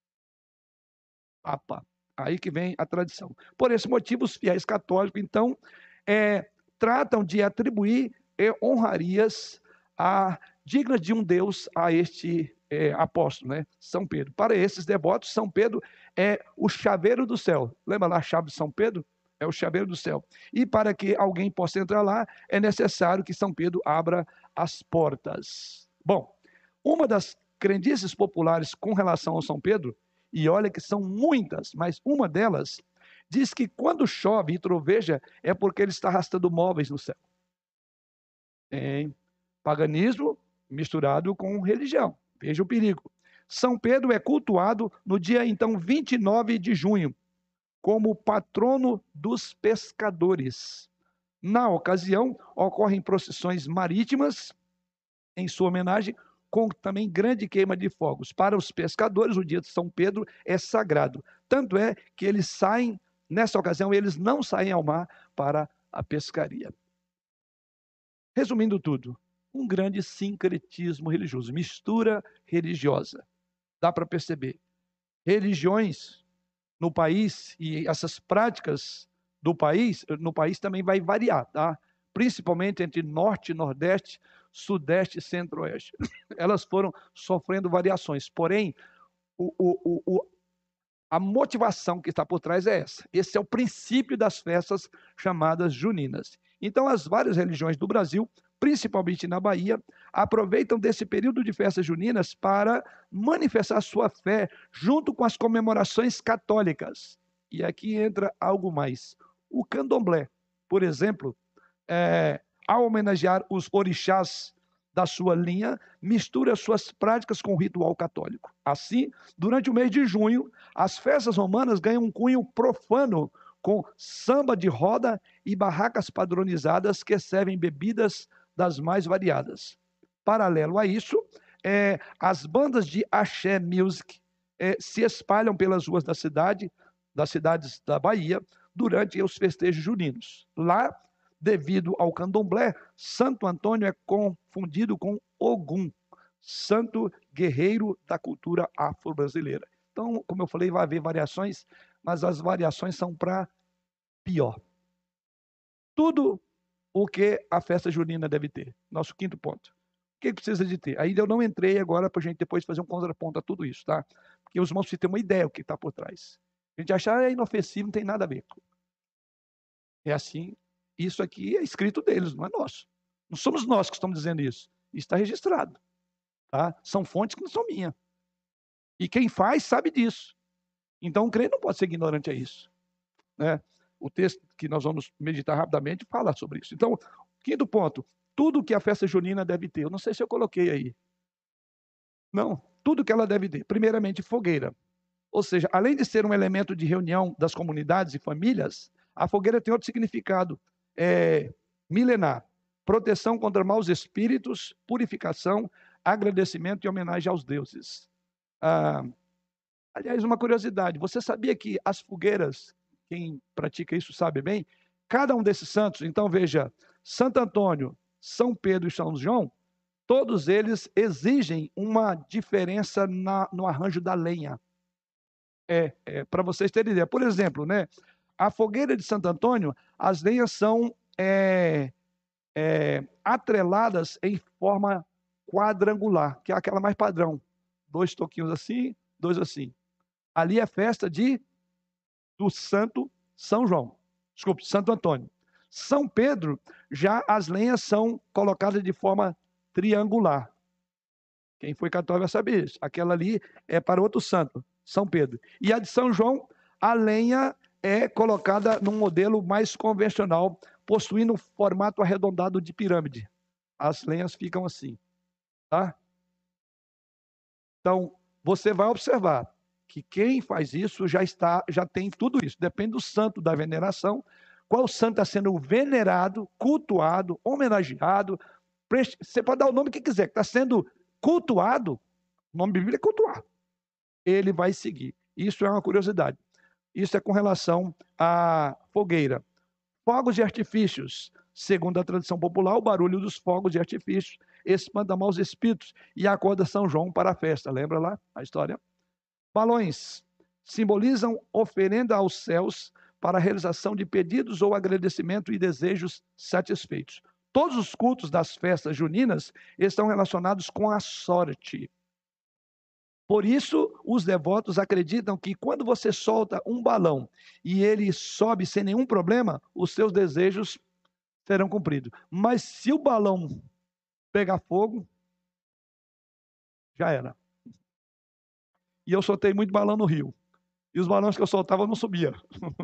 Papa. Aí que vem a tradição. Por esse motivo, os fiéis católicos, então, é, tratam de atribuir é, honrarias a, dignas de um Deus a este é, apóstolo, né? São Pedro. Para esses devotos, São Pedro é o chaveiro do céu. Lembra lá a chave de São Pedro? É o chaveiro do céu. E para que alguém possa entrar lá, é necessário que São Pedro abra as portas. Bom, uma das crendices populares com relação ao São Pedro, e olha que são muitas, mas uma delas diz que quando chove e troveja é porque ele está arrastando móveis no céu. Tem paganismo misturado com religião. Veja o perigo. São Pedro é cultuado no dia, então, vinte e nove de junho, como patrono dos pescadores. Na ocasião, ocorrem procissões marítimas em sua homenagem, com também grande queima de fogos. Para os pescadores, o dia de São Pedro é sagrado. Tanto é que eles saem, nessa ocasião, eles não saem ao mar para a pescaria. Resumindo tudo, um grande sincretismo religioso, mistura religiosa. Dá para perceber. Religiões no país e essas práticas do país, no país também vai variar, tá? Principalmente entre norte, nordeste, sudeste e centro-oeste. Elas foram sofrendo variações, porém, o, o, o, a motivação que está por trás é essa. Esse é o princípio das festas chamadas juninas. Então, as várias religiões do Brasil, principalmente na Bahia, aproveitam desse período de festas juninas para manifestar sua fé junto com as comemorações católicas. E aqui entra algo mais. O candomblé, por exemplo, é, ao homenagear os orixás da sua linha, mistura suas práticas com o ritual católico. Assim, durante o mês de junho, as festas romanas ganham um cunho profano, com samba de roda e barracas padronizadas que servem bebidas das mais variadas. Paralelo a isso, é, as bandas de axé music é, se espalham pelas ruas da cidade, das cidades da Bahia, durante os festejos juninos. Lá, devido ao candomblé, Santo Antônio é confundido com Ogum, santo guerreiro da cultura afro-brasileira. Então, como eu falei, vai haver variações, mas as variações são para pior. Tudo o que a festa junina deve ter. Nosso quinto ponto. O que precisa de ter? Ainda eu não entrei agora para a gente depois fazer um contraponto a tudo isso, tá? Porque os irmãos precisam ter uma ideia do que está por trás. A gente achar é inofensivo, não tem nada a ver. É assim, isso aqui é escrito deles, não é nosso. Não somos nós que estamos dizendo isso. Isso está registrado. Tá? São fontes que não são minhas. E quem faz sabe disso. Então o crente não pode ser ignorante a isso. Né? O texto que nós vamos meditar rapidamente fala sobre isso. Então, quinto ponto, tudo que a festa junina deve ter. Eu não sei se eu coloquei aí. Não, tudo que ela deve ter. Primeiramente, fogueira. Ou seja, além de ser um elemento de reunião das comunidades e famílias, a fogueira tem outro significado é, milenar. Proteção contra maus espíritos, purificação, agradecimento e homenagem aos deuses. Ah, aliás, uma curiosidade, você sabia que as fogueiras, quem pratica isso sabe bem, cada um desses santos, então veja, Santo Antônio, São Pedro e São João, todos eles exigem uma diferença na, no arranjo da lenha. É, é para vocês terem ideia. Por exemplo, né, a fogueira de Santo Antônio, as lenhas são é, é, atreladas em forma quadrangular, que é aquela mais padrão. Dois toquinhos assim, dois assim. Ali é festa de do Santo São João. Desculpe, Santo Antônio. São Pedro, já as lenhas são colocadas de forma triangular. Quem foi católico vai saber isso. Aquela ali é para outro santo, São Pedro. E a de São João, a lenha é colocada num modelo mais convencional, possuindo um formato arredondado de pirâmide. As lenhas ficam assim, tá? Então, você vai observar que quem faz isso já está, já tem tudo isso. Depende do santo da veneração. Qual santo está sendo venerado, cultuado, homenageado? Você pode dar o nome que quiser, que está sendo cultuado. O nome bíblico é cultuar. ele vai seguir. Isso é uma curiosidade. Isso é com relação à fogueira. Fogos de artifícios. Segundo a tradição popular, o barulho dos fogos de artifícios espanta maus espíritos e acorda São João para a festa. Lembra lá a história? Balões simbolizam oferenda aos céus para a realização de pedidos ou agradecimento e desejos satisfeitos. Todos os cultos das festas juninas estão relacionados com a sorte. Por isso, os devotos acreditam que quando você solta um balão e ele sobe sem nenhum problema, os seus desejos serão cumpridos. Mas se o balão pegar fogo, já era. E eu soltei muito balão no Rio. E os balões que eu soltava não subiam.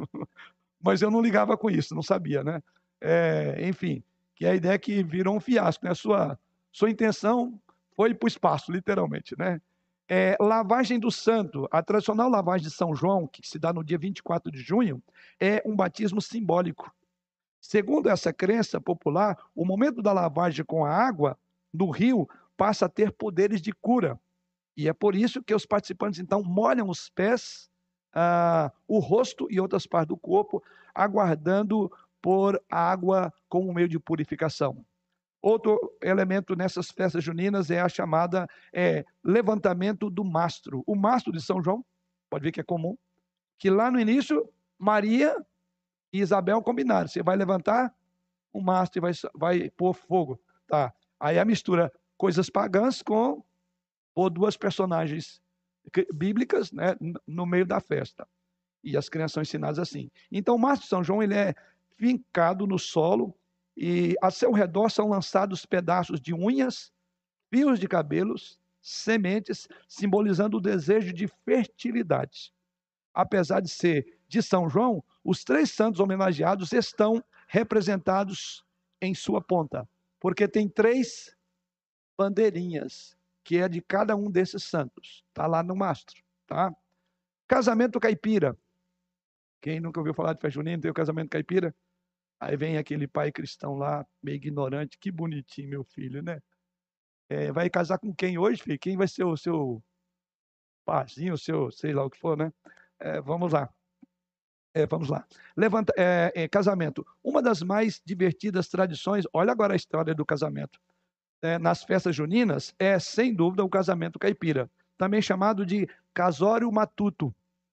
Mas eu não ligava com isso, não sabia, né? É, enfim, que a ideia é que virou um fiasco, né? Sua, sua intenção foi para o espaço, literalmente, né? É, lavagem do santo. A tradicional lavagem de São João, que se dá no dia vinte e quatro de junho, é um batismo simbólico. Segundo essa crença popular, o momento da lavagem com a água do rio passa a ter poderes de cura. E é por isso que os participantes, então, molham os pés, ah, o rosto e outras partes do corpo, aguardando por água como meio de purificação. Outro elemento nessas festas juninas é a chamada é, levantamento do mastro. O mastro de São João, pode ver que é comum, que lá no início, Maria e Isabel combinaram. Você vai levantar o mastro e vai, vai pôr fogo. Tá. Aí a mistura coisas pagãs com ou duas personagens bíblicas, né, no meio da festa. E as crianças são ensinadas assim. Então, o mastro de São João ele é fincado no solo e a seu redor são lançados pedaços de unhas, fios de cabelos, sementes, simbolizando o desejo de fertilidade. Apesar de ser de São João, os três santos homenageados estão representados em sua ponta, porque tem três bandeirinhas, que é de cada um desses santos. Está lá no mastro. Tá? Casamento caipira. Quem nunca ouviu falar de festa junina, tem o casamento caipira? Aí vem aquele pai cristão lá, meio ignorante. Que bonitinho, meu filho, né? É, vai casar com quem hoje, filho? Quem vai ser o seu parzinho, o seu, sei lá o que for, né? É, vamos lá. É, vamos lá. Levanta, é, é, casamento. Uma das mais divertidas tradições, olha agora a história do casamento. É, nas festas juninas, é, sem dúvida, o casamento caipira, também chamado de casório matuto.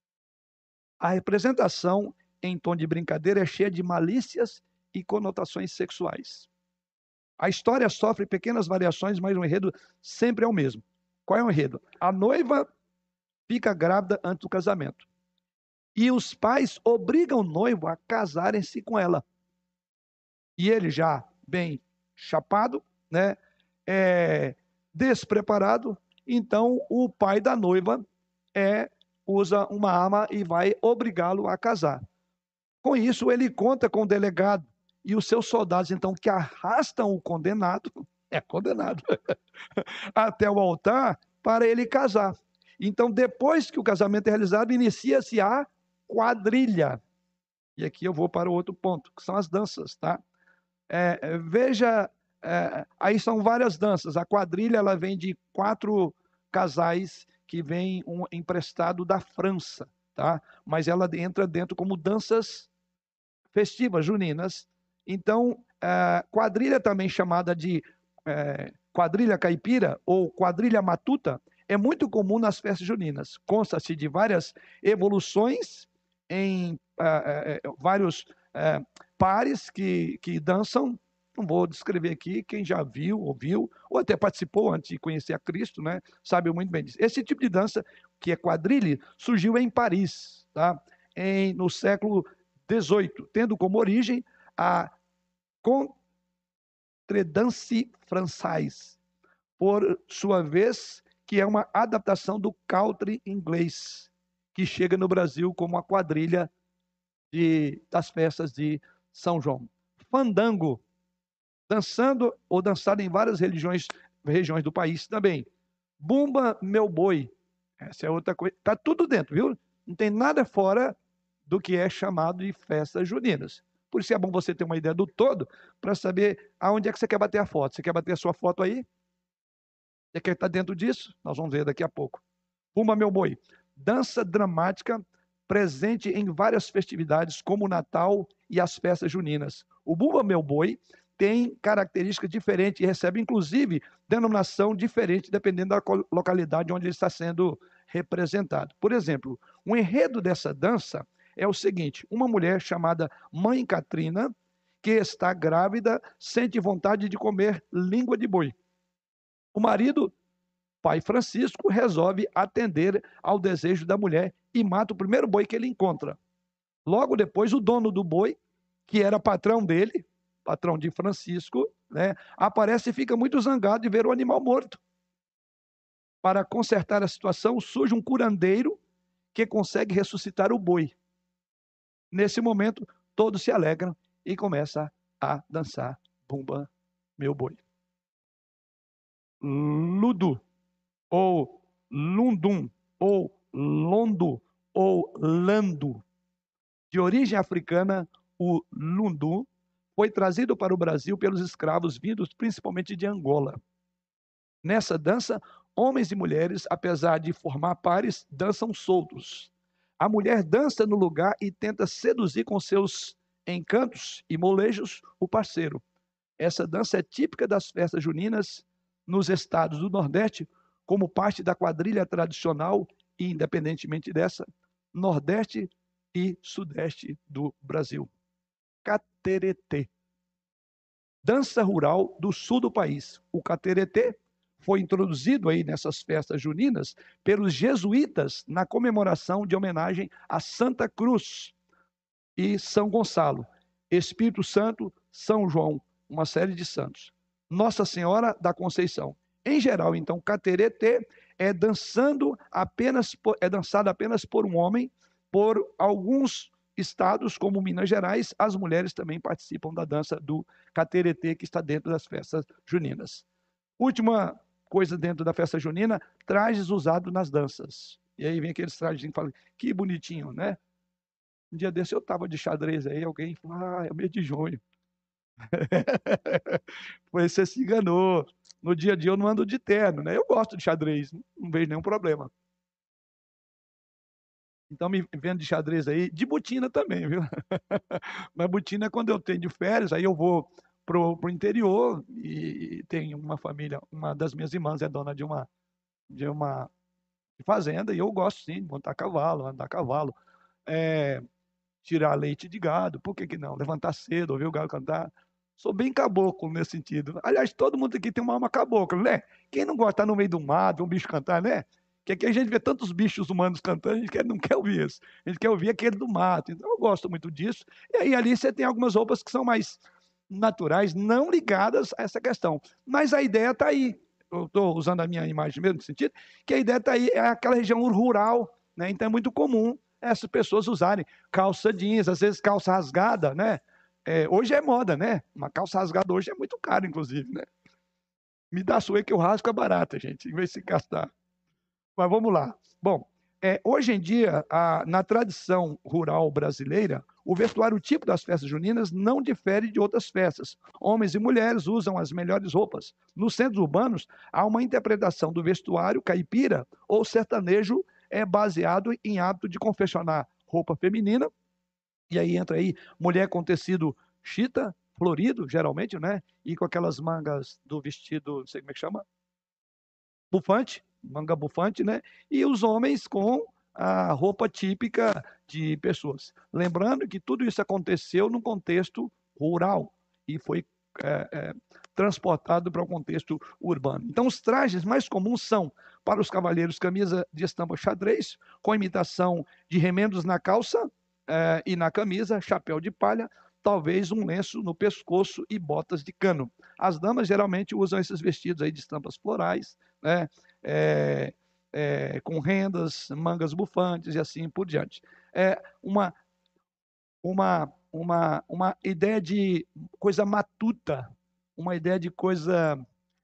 A representação, em tom de brincadeira, é cheia de malícias e conotações sexuais. A história sofre pequenas variações, mas o enredo sempre é o mesmo. Qual é o enredo? A noiva fica grávida antes do casamento. E os pais obrigam o noivo a casarem-se com ela. E ele já bem chapado, né, é, despreparado, então o pai da noiva é, usa uma arma e vai obrigá-lo a casar. Com isso, ele conta com o delegado e os seus soldados, então, que arrastam o condenado, é condenado, até o altar para ele casar. Então, depois que o casamento é realizado, inicia-se a quadrilha. E aqui eu vou para o outro ponto, que são as danças, tá? É, veja, é, aí são várias danças. A quadrilha, ela vem de quatro casais que vêm um, emprestado da França, tá? Mas ela entra dentro como danças festivas, juninas. Então, a quadrilha também chamada de é, quadrilha caipira ou quadrilha matuta é muito comum nas festas juninas. Consta-se de várias evoluções em é, é, vários é, pares que, que dançam. Não vou descrever aqui, quem já viu, ouviu, ou até participou antes de conhecer a Cristo, né, sabe muito bem disso. Esse tipo de dança, que é quadrilha, surgiu em Paris, tá? Em, no século dezoito, tendo como origem a contredanse française, por sua vez, que é uma adaptação do country inglês, que chega no Brasil como a quadrilha de, das festas de São João. Fandango, dançando ou dançado em várias religiões, regiões do país também. Bumba Meu Boi, essa é outra coisa, está tudo dentro, viu? Não tem nada fora do que é chamado de festas juninas. Por isso é bom você ter uma ideia do todo para saber aonde é que você quer bater a foto. Você quer bater a sua foto aí? Você quer estar dentro disso? Nós vamos ver daqui a pouco. Bumba Meu Boi, dança dramática presente em várias festividades, como o Natal e as festas juninas. O Bumba Meu Boi tem características diferentes e recebe, inclusive, denominação diferente dependendo da localidade onde ele está sendo representado. Por exemplo, o enredo dessa dança é o seguinte: uma mulher chamada Mãe Catrina, que está grávida, sente vontade de comer língua de boi. O marido, Pai Francisco, resolve atender ao desejo da mulher e mata o primeiro boi que ele encontra. Logo depois, o dono do boi, que era patrão dele, patrão de Francisco, né, aparece e fica muito zangado de ver o animal morto. Para consertar a situação, surge um curandeiro que consegue ressuscitar o boi. Nesse momento, todos se alegram e começam a dançar Bumba Meu Boi. Ludo, ou Lundum, ou Londo, ou Lando. De origem africana, o Lundu foi trazido para o Brasil pelos escravos vindos principalmente de Angola. Nessa dança, homens e mulheres, apesar de formar pares, dançam soltos. A mulher dança no lugar e tenta seduzir com seus encantos e molejos o parceiro. Essa dança é típica das festas juninas nos estados do Nordeste, como parte da quadrilha tradicional e, independentemente dessa, Nordeste e Sudeste do Brasil. Cateretê. Dança rural do sul do país. O cateretê foi introduzido aí nessas festas juninas pelos jesuítas na comemoração de homenagem a Santa Cruz e São Gonçalo, Espírito Santo, São João, uma série de santos. Nossa Senhora da Conceição. Em geral, então, cateretê é dançando apenas por, é dançado apenas por um homem. Por alguns estados, como Minas Gerais, as mulheres também participam da dança do cateretê, que está dentro das festas juninas. Última coisa dentro da festa junina, trajes usados nas danças. E aí vem aqueles trajes que falam, que bonitinho, né? Um dia desse eu estava de xadrez aí, alguém falou, ah, é o mês de junho. Você se enganou. No dia a dia eu não ando de terno, né? Eu gosto de xadrez, não vejo nenhum problema. Então, me vendo de xadrez aí, de botina também, viu? Mas botina é quando eu tenho de férias, aí eu vou pro, pro interior e tem uma família, uma das minhas irmãs é dona de uma, de uma fazenda e eu gosto sim de montar cavalo, andar a cavalo, é, tirar leite de gado, por que que não? Levantar cedo, ouvir o gado cantar. Sou bem caboclo nesse sentido. Aliás, todo mundo aqui tem uma alma cabocla, né? Quem não gosta de estar no meio do mato, um bicho cantar, né? Que aqui a gente vê tantos bichos humanos cantando, a gente quer, não quer ouvir isso. A gente quer ouvir aquele do mato. Então, eu gosto muito disso. E aí, ali, você tem algumas roupas que são mais naturais, não ligadas a essa questão. Mas a ideia está aí. Eu estou usando a minha imagem mesmo, no sentido que a ideia está aí, é aquela região rural, né? Então, é muito comum essas pessoas usarem calça jeans, às vezes calça rasgada, né? É, hoje é moda, né? Uma calça rasgada hoje é muito caro, inclusive, né? Me dá sua que eu rasgo é barata, gente, em vez de se gastar. Mas vamos lá. Bom, é, hoje em dia, a, na tradição rural brasileira, o vestuário tipo das festas juninas não difere de outras festas. Homens e mulheres usam as melhores roupas. Nos centros urbanos, há uma interpretação do vestuário caipira ou sertanejo é baseado em hábito de confeccionar roupa feminina. E aí entra aí mulher com tecido chita, florido, geralmente, né? E com aquelas mangas do vestido, não sei como é que chama, bufante, manga bufante, né? E os homens com a roupa típica de pessoas. Lembrando que tudo isso aconteceu num contexto rural e foi é, é, transportado para o contexto urbano. Então, os trajes mais comuns são, para os cavalheiros, camisa de estampa xadrez, com imitação de remendos na calça é, e na camisa, chapéu de palha, talvez um lenço no pescoço e botas de cano. As damas geralmente usam esses vestidos aí de estampas florais, né? É, é, com rendas, mangas bufantes e assim por diante. É uma, uma, uma, uma ideia de coisa matuta, uma ideia de coisa,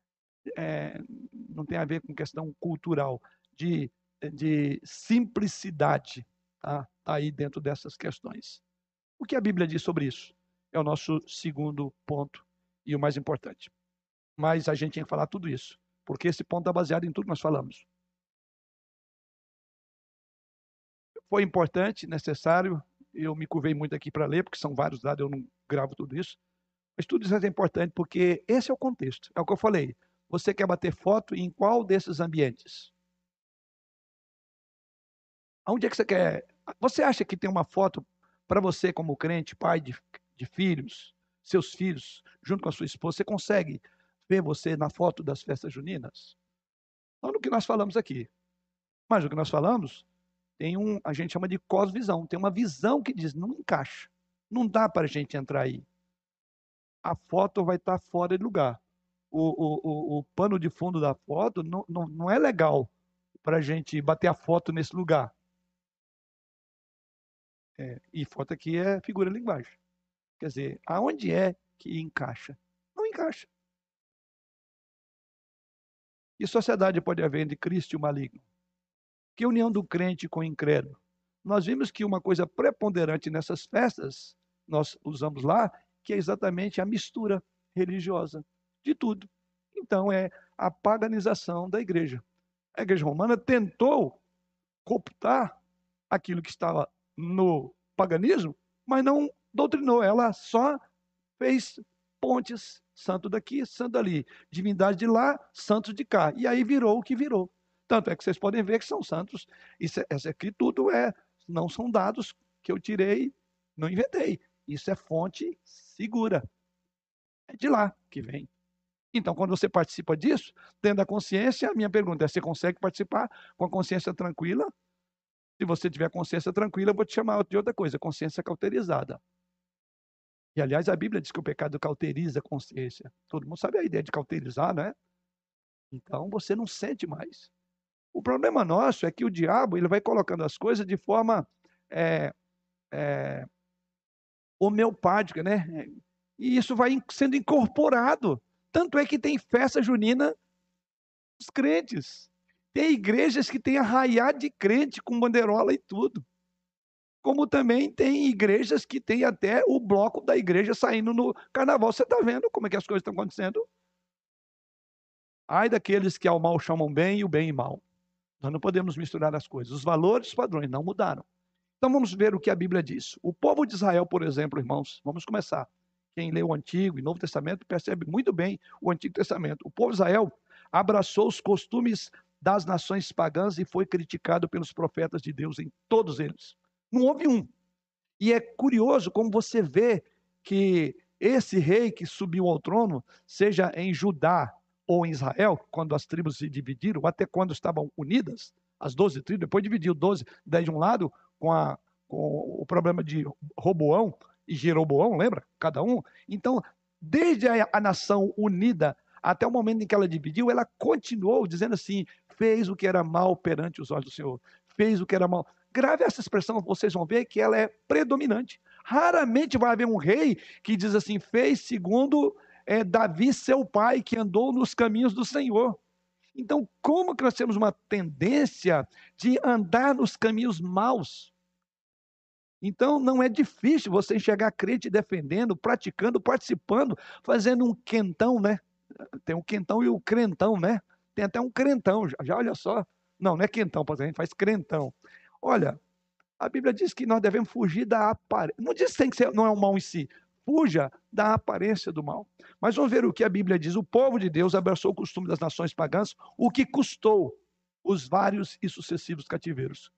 é, não tem a ver com questão cultural, de, de simplicidade, tá? Tá aí dentro dessas questões. O que a Bíblia diz sobre isso? É o nosso segundo ponto e o mais importante. Mas a gente tem que falar tudo isso, porque esse ponto está baseado em tudo que nós falamos. foi importante, necessário. Eu me curvei muito aqui para ler, porque são vários dados, eu não gravo tudo isso. Mas tudo isso é importante, porque esse é o contexto. É o que eu falei. Você quer bater foto em qual desses ambientes? Aonde é que você quer? Você acha que tem uma foto para você como crente, pai de, de filhos, seus filhos, junto com a sua esposa, você consegue ver você na foto das festas juninas? Não no que nós falamos aqui. Mas o que nós falamos, tem um, a gente chama de cosvisão, tem uma visão que diz, não encaixa, não dá para a gente entrar aí. A foto vai estar fora de lugar. O, o, o, o pano de fundo da foto não, não, não é legal para a gente bater a foto nesse lugar. É, e foto aqui é figura de linguagem. Quer dizer, aonde é que encaixa? Não encaixa. Que sociedade pode haver entre Cristo e o maligno? Que união do crente com o incrédulo? Nós vimos que uma coisa preponderante nessas festas, nós usamos lá, que é exatamente a mistura religiosa de tudo. Então, é a paganização da igreja. A igreja romana tentou cooptar aquilo que estava no paganismo, mas não doutrinou. Ela só fez pontes, santo daqui, santo dali, divindade de lá, santos de cá. E aí virou o que virou. Tanto é que vocês podem ver que são santos. Isso, isso aqui tudo é, não são dados que eu tirei, não inventei. Isso é fonte segura. É de lá que vem. Então, quando você participa disso, tendo a consciência, a minha pergunta é: você consegue participar com a consciência tranquila? Se você tiver consciência tranquila, eu vou te chamar de outra coisa, consciência cauterizada. E, aliás, a Bíblia diz que o pecado cauteriza a consciência. Todo mundo sabe a ideia de cauterizar, né? Então, você não sente mais. O problema nosso é que o diabo ele vai colocando as coisas de forma é, é, homeopática, né? E isso vai sendo incorporado. Tanto é que tem festa junina dos crentes. Tem igrejas que têm arraiá de crente com bandeirola e tudo. Como também tem igrejas que tem até o bloco da igreja saindo no carnaval. Você está vendo como é que as coisas estão acontecendo? Ai daqueles que ao mal chamam bem e o bem e mal. Nós não podemos misturar as coisas. Os valores, os padrões não mudaram. Então vamos ver o que a Bíblia diz. O povo de Israel, por exemplo, irmãos, vamos começar. Quem lê o Antigo e Novo Testamento percebe muito bem o Antigo Testamento. O povo de Israel abraçou os costumes das nações pagãs e foi criticado pelos profetas de Deus em todos eles. Não houve um. E é curioso como você vê que esse rei que subiu ao trono, seja em Judá ou em Israel, quando as tribos se dividiram, até quando estavam unidas, as doze tribos, depois dividiu doze, dez de um lado, com, a, com o problema de Roboão e Jeroboão, lembra? Cada um. Então, desde a, a nação unida até o momento em que ela dividiu, ela continuou dizendo assim, fez o que era mal perante os olhos do Senhor, fez o que era mal. Grave essa expressão, vocês vão ver que ela é predominante. Raramente vai haver um rei que diz assim, fez segundo é, Davi, seu pai, que andou nos caminhos do Senhor. Então, como que nós temos uma tendência de andar nos caminhos maus? Então, não é difícil você enxergar crente defendendo, praticando, participando, fazendo um quentão, né? Tem o quentão e o crentão, né? Tem até um crentão, já, já olha só. Não, não é quentão, a gente faz crentão. Olha, a Bíblia diz que nós devemos fugir da aparência. Não diz que tem que ser, não é o mal em si. Fuja da aparência do mal. Mas vamos ver o que a Bíblia diz. O povo de Deus abraçou o costume das nações pagãs, o que custou os vários e sucessivos cativeiros.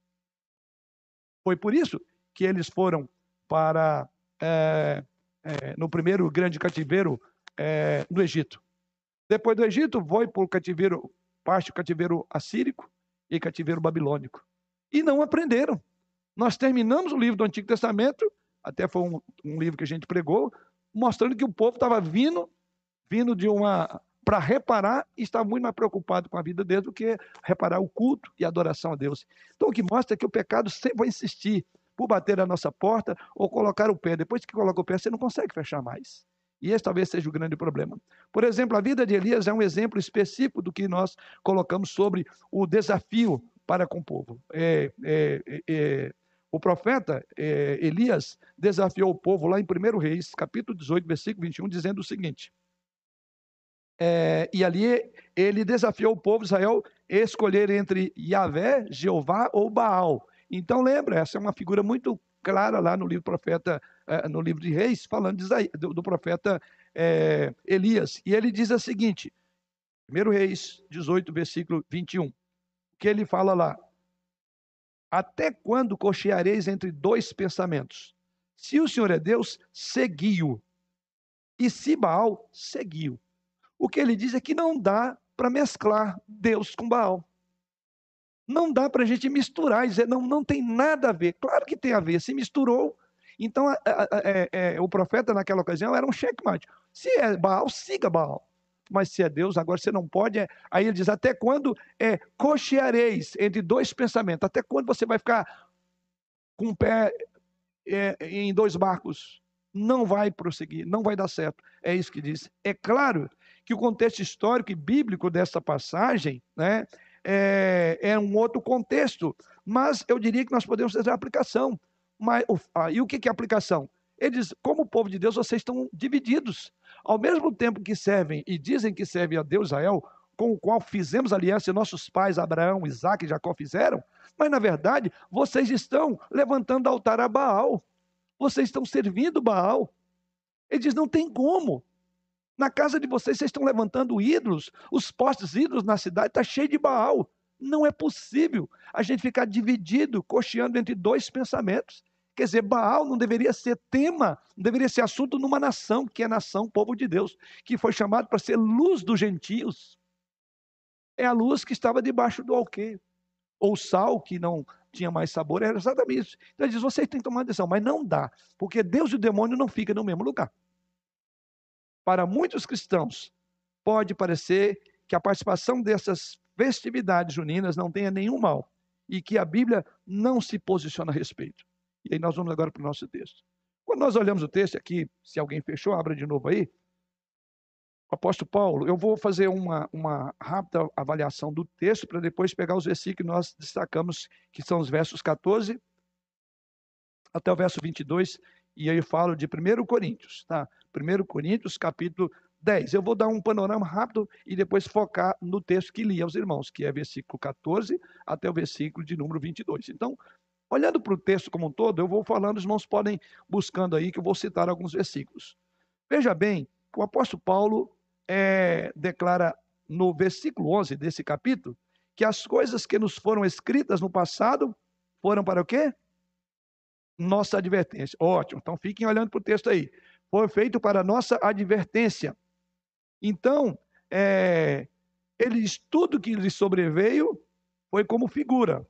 Foi por isso que eles foram para, é, é, no primeiro grande cativeiro é, do Egito. Depois do Egito, foi para o cativeiro, parte do cativeiro assírico e cativeiro babilônico. E não aprenderam. Nós terminamos o livro do Antigo Testamento, até foi um, um livro que a gente pregou, mostrando que o povo estava vindo, vindo de uma para reparar e estava muito mais preocupado com a vida deles do que reparar o culto e a adoração a Deus. Então, o que mostra é que o pecado sempre vai insistir por bater a nossa porta ou colocar o pé. Depois que coloca o pé, você não consegue fechar mais. E esse talvez seja o grande problema. Por exemplo, a vida de Elias é um exemplo específico do que nós colocamos sobre o desafio para com o povo. É, é, é, o profeta é, Elias desafiou o povo lá em primeiro Reis, capítulo dezoito, versículo vinte e um, dizendo o seguinte. É, e ali ele desafiou o povo de Israel a escolher entre Yahvé, Jeová ou Baal. Então lembra, essa é uma figura muito clara lá no livro profeta, no livro de Reis, falando de Isaías, do, do profeta é, Elias. E ele diz o seguinte, primeiro Reis dezoito, versículo vinte e um, que ele fala lá: até quando cocheareis entre dois pensamentos? Se o Senhor é Deus, segui-o. E se Baal, seguiu. O que ele diz é que não dá para mesclar Deus com Baal. Não dá para a gente misturar, dizer, não, não tem nada a ver. Claro que tem a ver, se misturou. Então, a, a, a, é, o profeta naquela ocasião era um checkmate. Se é Baal, siga Baal. Mas se é Deus, agora você não pode. É... Aí ele diz, até quando é, cocheareis entre dois pensamentos? Até quando você vai ficar com o pé é, em dois barcos? Não vai prosseguir, não vai dar certo. É isso que diz. É claro que o contexto histórico e bíblico dessa passagem, né, é, é um outro contexto, mas eu diria que nós podemos fazer a aplicação. Mas, ah, e o que é aplicação? Ele diz, como povo de Deus, vocês estão divididos. Ao mesmo tempo que servem e dizem que servem a Deus Israel, com o qual fizemos aliança e nossos pais Abraão, Isaque e Jacó fizeram, mas na verdade vocês estão levantando altar a Baal. Vocês estão servindo Baal. Ele diz, não tem como. Na casa de vocês, vocês estão levantando ídolos. Os postes ídolos na cidade estão cheios de Baal. Não é possível a gente ficar dividido, cocheando entre dois pensamentos. Quer dizer, Baal não deveria ser tema, não deveria ser assunto numa nação, que é a nação, povo de Deus, que foi chamado para ser luz dos gentios. É a luz que estava debaixo do alqueire. Ou sal, que não tinha mais sabor, era exatamente isso. Então ele diz, vocês têm que tomar decisão, mas não dá, porque Deus e o demônio não ficam no mesmo lugar. Para muitos cristãos, pode parecer que a participação dessas festividades juninas não tenha nenhum mal, e que a Bíblia não se posiciona a respeito. E aí nós vamos agora para o nosso texto. Quando nós olhamos o texto aqui, se alguém fechou, abra de novo aí, o apóstolo Paulo, eu vou fazer uma, uma rápida avaliação do texto para depois pegar os versículos que nós destacamos, que são os versos catorze até o verso vinte e dois, e aí eu falo de primeiro Coríntios, tá? primeiro Coríntios, capítulo dez. Eu vou dar um panorama rápido e depois focar no texto que li aos irmãos, que é versículo catorze até o versículo de número vinte e dois. Então, olhando para o texto como um todo, eu vou falando, os irmãos podem buscando aí, que eu vou citar alguns versículos. Veja bem, o apóstolo Paulo é, declara no versículo onze desse capítulo, que as coisas que nos foram escritas no passado foram para o quê? Nossa advertência. Ótimo, então fiquem olhando para o texto aí. Foi feito para nossa advertência. Então, é, ele diz, tudo que lhe sobreveio foi como figura.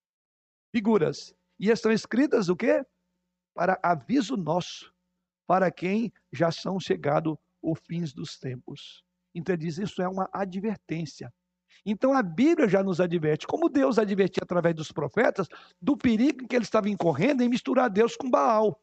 Figuras. E estão escritas o quê? Para aviso nosso, para quem já são chegados os fins dos tempos. Então ele diz, isso é uma advertência. Então a Bíblia já nos adverte, como Deus advertia através dos profetas, do perigo que eles estavam incorrendo em misturar Deus com Baal.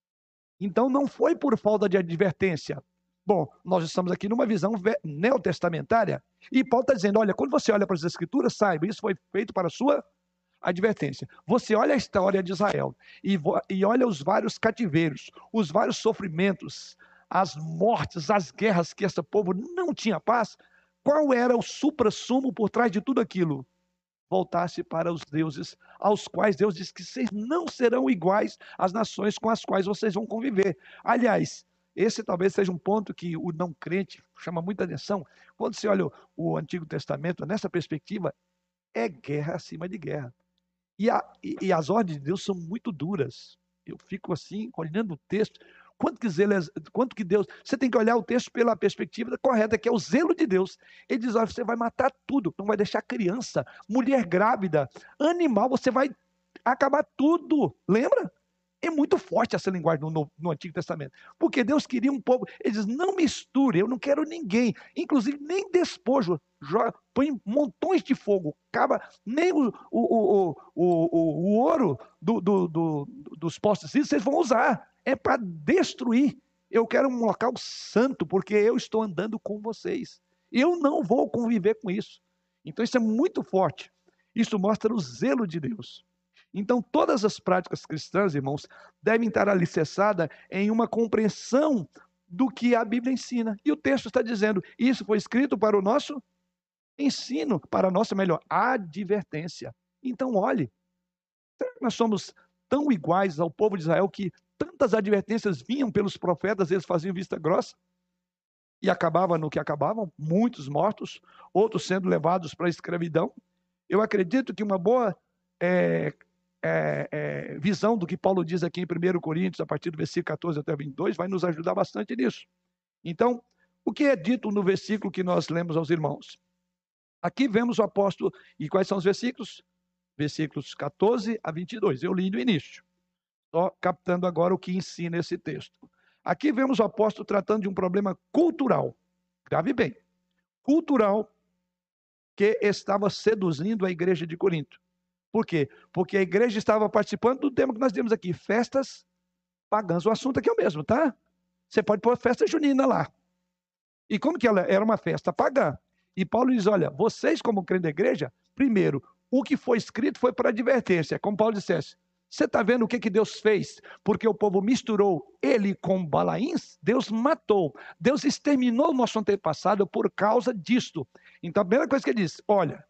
Então não foi por falta de advertência. Bom, nós estamos aqui numa visão neotestamentária, e Paulo está dizendo, olha, quando você olha para as Escrituras, saiba, isso foi feito para a sua advertência. Você olha a história de Israel, e, e olha os vários cativeiros, os vários sofrimentos, as mortes, as guerras que esse povo não tinha paz. Qual era o suprassumo por trás de tudo aquilo? Voltasse para os deuses, aos quais Deus diz que vocês não serão iguais às nações com as quais vocês vão conviver. Aliás, esse talvez seja um ponto que o não crente chama muita atenção. Quando você olha o, o Antigo Testamento, nessa perspectiva, é guerra acima de guerra. E, a, e, e as ordens de Deus são muito duras. Eu fico assim, olhando o texto, quanto que, zelo, quanto que Deus... Você tem que olhar o texto pela perspectiva correta, que é o zelo de Deus. Ele diz, olha, você vai matar tudo, não vai deixar criança, mulher grávida, animal, você vai acabar tudo. Lembra? É muito forte essa linguagem no, no, no Antigo Testamento. Porque Deus queria um povo... Ele diz, não misture, eu não quero ninguém, inclusive nem despojo. Joga, põe montões de fogo, acaba nem o, o, o, o, o, o ouro do, do, do, dos postes, vocês vão usar. É para destruir. Eu quero um local santo, porque eu estou andando com vocês. Eu não vou conviver com isso. Então isso é muito forte. Isso mostra o zelo de Deus. Então todas as práticas cristãs, irmãos, devem estar alicerçadas em uma compreensão do que a Bíblia ensina. E o texto está dizendo, isso foi escrito para o nosso ensino, para a nossa melhor advertência. Então olhe, Será que nós somos tão iguais ao povo de Israel que tantas advertências vinham pelos profetas, eles faziam vista grossa? E acabava no que acabavam, muitos mortos, outros sendo levados para a escravidão. Eu acredito que uma boa é, é, é, visão do que Paulo diz aqui em primeiro Coríntios, a partir do versículo catorze até vinte e dois, vai nos ajudar bastante nisso. Então, o que é dito no versículo que nós lemos aos irmãos? Aqui vemos o apóstolo, e quais são os versículos? Versículos catorze a vinte e dois, eu li no início, só captando agora o que ensina esse texto. Aqui vemos o apóstolo tratando de um problema cultural, grave bem, cultural, que estava seduzindo a igreja de Corinto. Por quê? Porque a igreja estava participando do tema que nós temos aqui, festas pagãs. O assunto aqui é o mesmo, tá? Você pode pôr festa junina lá. E como que ela era uma festa pagã? E Paulo diz, olha, vocês como crentes da igreja, primeiro, o que foi escrito foi para advertência, como Paulo dissesse, você está vendo o que, que Deus fez? Porque o povo misturou ele com Balaíns, Deus matou, Deus exterminou o nosso antepassado por causa disto. Então a primeira coisa que ele diz, olha,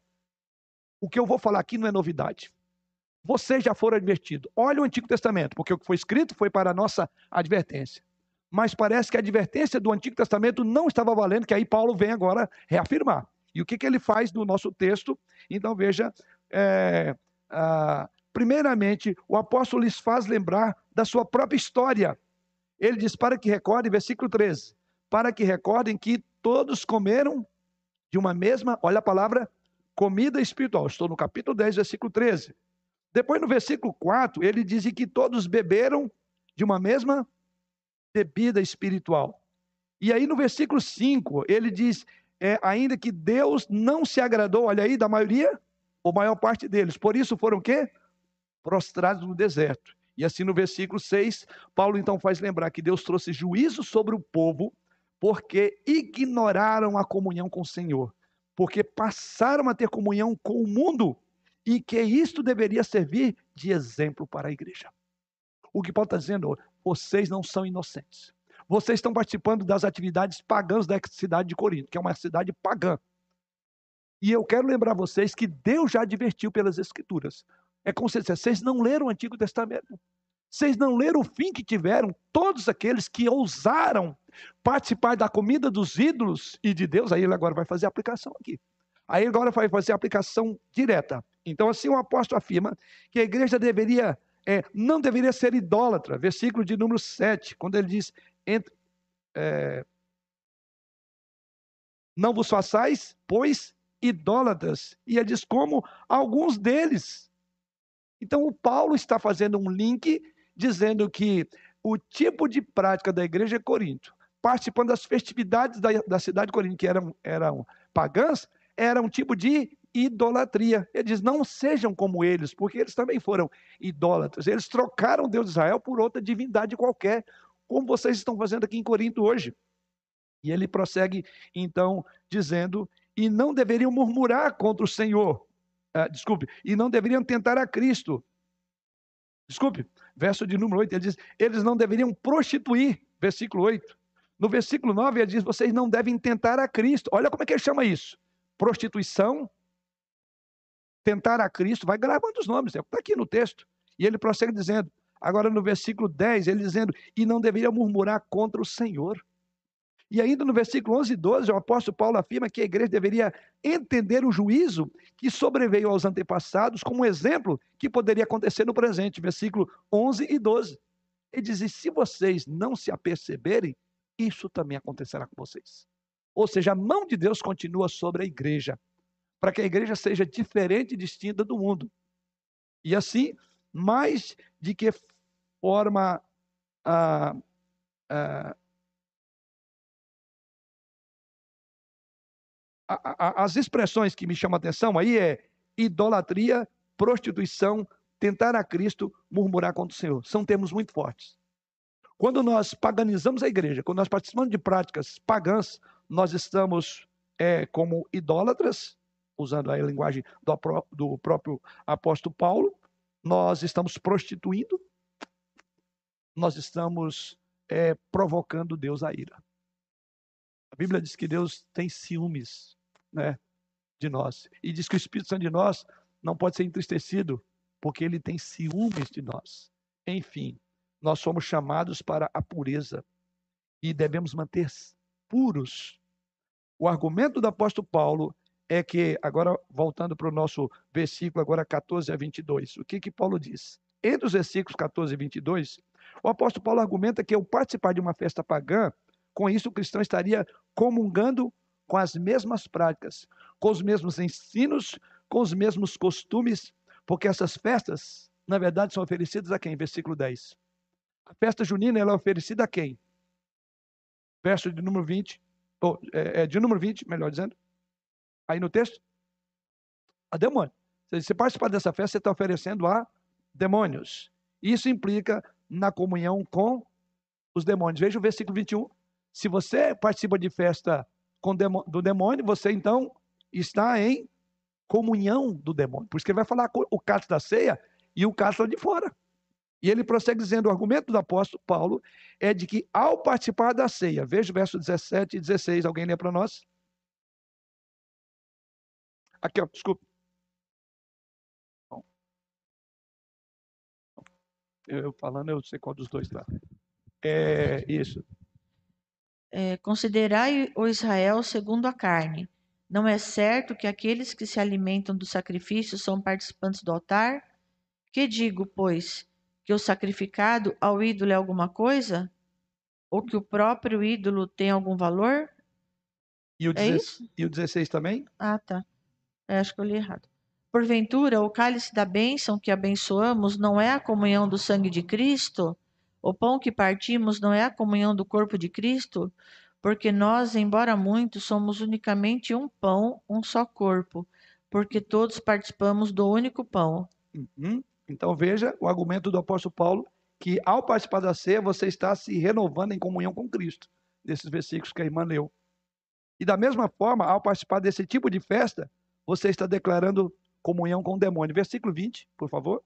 o que eu vou falar aqui não é novidade. Vocês já foram advertidos. Olha o Antigo Testamento, porque o que foi escrito foi para a nossa advertência. Mas parece que a advertência do Antigo Testamento não estava valendo, que aí Paulo vem agora reafirmar. E o que, que ele faz no nosso texto? Então veja, é, ah, primeiramente, o apóstolo lhes faz lembrar da sua própria história. Ele diz, para que recordem, versículo treze, para que recordem que todos comeram de uma mesma, olha a palavra, comida espiritual. Estou no capítulo dez, versículo treze. Depois, no versículo quatro, ele diz que todos beberam de uma mesma bebida espiritual. E aí, no versículo cinco, ele diz, é, ainda que Deus não se agradou, olha aí, da maioria, ou maior parte deles. Por isso foram o quê? Prostrados no deserto. E assim, no versículo seis, Paulo então faz lembrar que Deus trouxe juízo sobre o povo, porque ignoraram a comunhão com o Senhor, porque passaram a ter comunhão com o mundo, e que isto deveria servir de exemplo para a igreja. O que Paulo está dizendo, vocês não são inocentes. Vocês estão participando das atividades pagãs da cidade de Corinto, que é uma cidade pagã. E eu quero lembrar vocês que Deus já advertiu pelas Escrituras. É como se dissesse, vocês não leram o Antigo Testamento. Vocês não leram o fim que tiveram todos aqueles que ousaram participar da comida dos ídolos e de Deus. Aí ele agora vai fazer a aplicação aqui. Aí ele agora vai fazer a aplicação direta. Então assim o apóstolo afirma que a igreja deveria, é, não deveria ser idólatra. Versículo de número sete, quando ele diz, entre, é, não vos façais, pois, idólatras. E ele diz, como alguns deles. Então o Paulo está fazendo um link, dizendo que o tipo de prática da igreja de Corinto, participando das festividades da, da cidade de Corinto, que eram, eram pagãs, era um tipo de idolatria. Ele diz, não sejam como eles, porque eles também foram idólatras. Eles trocaram Deus de Israel por outra divindade qualquer, como vocês estão fazendo aqui em Corinto hoje. E ele prossegue, então, dizendo, e não deveriam murmurar contra o Senhor. Ah, desculpe, e não deveriam tentar a Cristo. Desculpe, verso de número oito, ele diz, eles não deveriam prostituir, versículo oito. No versículo nove, ele diz, vocês não devem tentar a Cristo. Olha como é que ele chama isso. Prostituição, tentar a Cristo, vai gravando os nomes, está aqui no texto. E ele prossegue dizendo, agora no versículo dez, ele dizendo, e não deveriam murmurar contra o Senhor. E ainda no versículo onze e doze, o apóstolo Paulo afirma que a igreja deveria entender o juízo que sobreveio aos antepassados como um exemplo que poderia acontecer no presente. Versículo onze e doze. Ele diz, e se vocês não se aperceberem, isso também acontecerá com vocês. Ou seja, a mão de Deus continua sobre a igreja, para que a igreja seja diferente e distinta do mundo. E assim, mais de que forma... Ah, ah, as expressões que me chamam a atenção aí é idolatria, prostituição, tentar a Cristo, murmurar contra o Senhor. São termos muito fortes. Quando nós paganizamos a igreja, quando nós participamos de práticas pagãs, nós estamos é, como idólatras, usando a linguagem do, do próprio apóstolo Paulo, nós estamos prostituindo, nós estamos é, provocando Deus à ira. A Bíblia diz que Deus tem ciúmes, né, de nós. E diz que o Espírito Santo de nós não pode ser entristecido porque ele tem ciúmes de nós. Enfim, nós somos chamados para a pureza e devemos manter puros. O argumento do apóstolo Paulo é que, agora voltando para o nosso versículo, agora catorze a vinte e dois, o que que Paulo diz? Entre os versículos catorze e vinte e dois, o apóstolo Paulo argumenta que ao participar de uma festa pagã, com isso o cristão estaria comungando com as mesmas práticas, com os mesmos ensinos, com os mesmos costumes, porque essas festas, na verdade, são oferecidas a quem? Versículo dez. A festa junina ela é oferecida a quem? Verso de número vinte, ou, é, de número vinte, melhor dizendo, aí no texto, a demônio. Se você participar dessa festa, você está oferecendo a demônios. Isso implica na comunhão com os demônios. Veja o versículo vinte e um. Se você participa de festa com demo, do demônio, você então está em comunhão do demônio. Por isso que ele vai falar o cálice da ceia e o cálice lá de fora. E ele prossegue dizendo, o argumento do apóstolo Paulo é de que ao participar da ceia, veja o verso dezessete e dezesseis, alguém lê para nós? Aqui, ó, desculpa. Eu falando, eu sei qual dos dois está. É isso. É, considerai o Israel segundo a carne. Não é certo que aqueles que se alimentam do sacrifício são participantes do altar? Que digo, pois, que o sacrificado ao ídolo é alguma coisa? Ou que o próprio ídolo tem algum valor? E o, É isso? e o dezesseis também? Ah, tá. É, acho que eu li errado. Porventura, o cálice da bênção que abençoamos não é a comunhão do sangue de Cristo? O pão que partimos não é a comunhão do corpo de Cristo? Porque nós, embora muitos, somos unicamente um pão, um só corpo, porque todos participamos do único pão. Uhum. Então veja o argumento do apóstolo Paulo, que ao participar da ceia, você está se renovando em comunhão com Cristo, desses versículos que a irmã leu. E da mesma forma, ao participar desse tipo de festa, você está declarando comunhão com o demônio. Versículo vinte, por favor.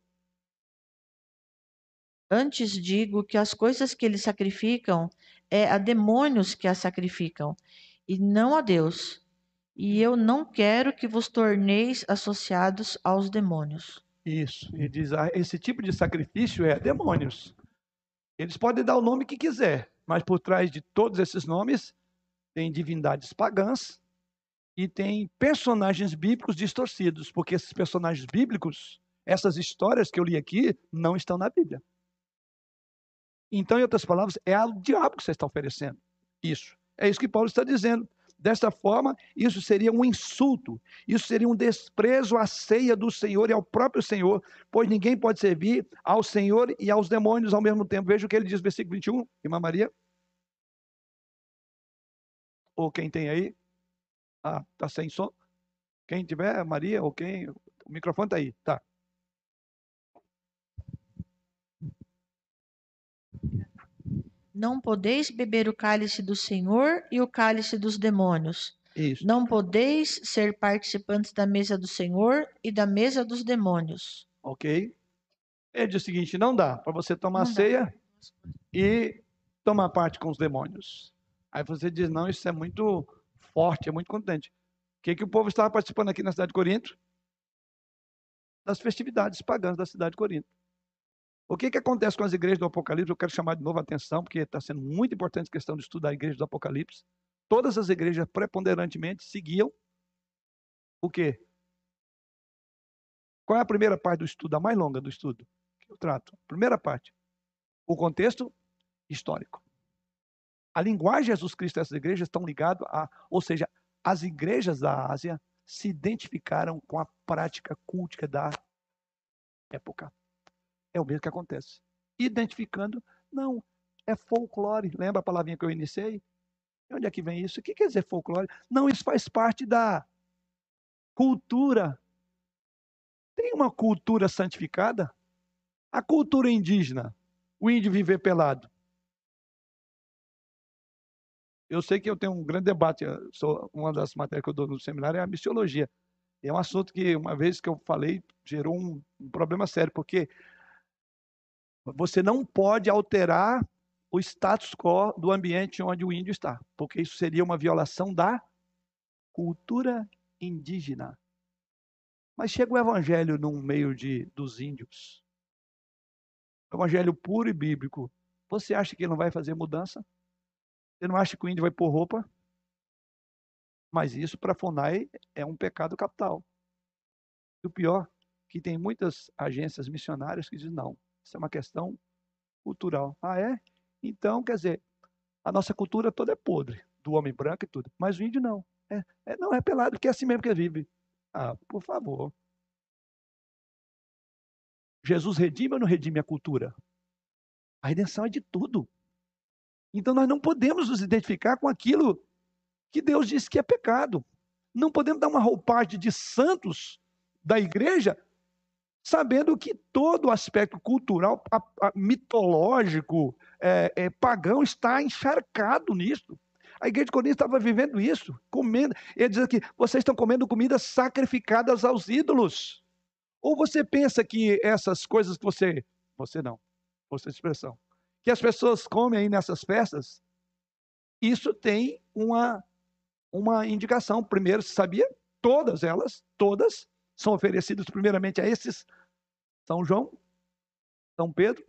Antes digo que as coisas que eles sacrificam é a demônios que as sacrificam, e não a Deus. E eu não quero que vos torneis associados aos demônios. Isso, e diz, ah, esse tipo de sacrifício é demônios. Eles podem dar o nome que quiser, mas por trás de todos esses nomes tem divindades pagãs e tem personagens bíblicos distorcidos, porque esses personagens bíblicos, essas histórias que eu li aqui, não estão na Bíblia. Então, em outras palavras, é ao diabo que você está oferecendo isso. É isso que Paulo está dizendo. Desta forma, isso seria um insulto, isso seria um desprezo à ceia do Senhor e ao próprio Senhor, pois ninguém pode servir ao Senhor e aos demônios ao mesmo tempo. Veja o que ele diz no versículo vinte e um, irmã Maria. Ou quem tem aí? Ah, está sem som. Quem tiver, Maria, ou quem... O microfone está aí, tá. Não podeis beber o cálice do Senhor e o cálice dos demônios. Isso. Não podeis ser participantes da mesa do Senhor e da mesa dos demônios. Ok? Ele diz o seguinte, não dá para você tomar Não ceia dá. e tomar parte com os demônios. Aí você diz, não, isso é muito forte, é muito contente. O que, que o povo estava participando aqui na cidade de Corinto? Das festividades pagãs da cidade de Corinto. O que, que acontece com as igrejas do Apocalipse? Eu quero chamar de novo a atenção, porque está sendo muito importante a questão de estudar a igreja do Apocalipse. Todas as igrejas preponderantemente seguiam o quê? Qual é a primeira parte do estudo, a mais longa do estudo que eu trato? Primeira parte, o contexto histórico. A linguagem de Jesus Cristo dessas igrejas estão ligadas a, ou seja, as igrejas da Ásia se identificaram com a prática cultica da época. É o mesmo que acontece. Identificando, não, é folclore. Lembra a palavrinha que eu iniciei? De onde é que vem isso? O que quer dizer folclore? Não, isso faz parte da cultura. Tem uma cultura santificada? A cultura indígena, o índio viver pelado. Eu sei que eu tenho um grande debate, sou, uma das matérias que eu dou no seminário é a missiologia. É um assunto que, uma vez que eu falei, gerou um, um problema sério, porque você não pode alterar o status quo do ambiente onde o índio está, porque isso seria uma violação da cultura indígena. Mas chega o evangelho no meio de, dos índios, o evangelho puro e bíblico, você acha que ele não vai fazer mudança? Você não acha que o índio vai pôr roupa? Mas isso para a FUNAI é um pecado capital. E o pior, que tem muitas agências missionárias que dizem, não, isso é uma questão cultural. Ah, é? Então, quer dizer, a nossa cultura toda é podre, do homem branco e tudo. Mas o índio não. É, é, não é pelado, porque é assim mesmo que ele vive. Ah, por favor. Jesus redime ou não redime a cultura? A redenção é de tudo. Então nós não podemos nos identificar com aquilo que Deus disse que é pecado. Não podemos dar uma roupagem de santos da igreja, sabendo que todo o aspecto cultural, a, a, mitológico, é, é, pagão, está encharcado nisso. A igreja de Corinto estava vivendo isso, comendo. Ele diz aqui, vocês estão comendo comidas sacrificadas aos ídolos. Ou você pensa que essas coisas que você... Você não, força de expressão. Que as pessoas comem aí nessas festas, isso tem uma, uma indicação. Primeiro, você sabia? Todas elas, todas, são oferecidas primeiramente a esses São João, São Pedro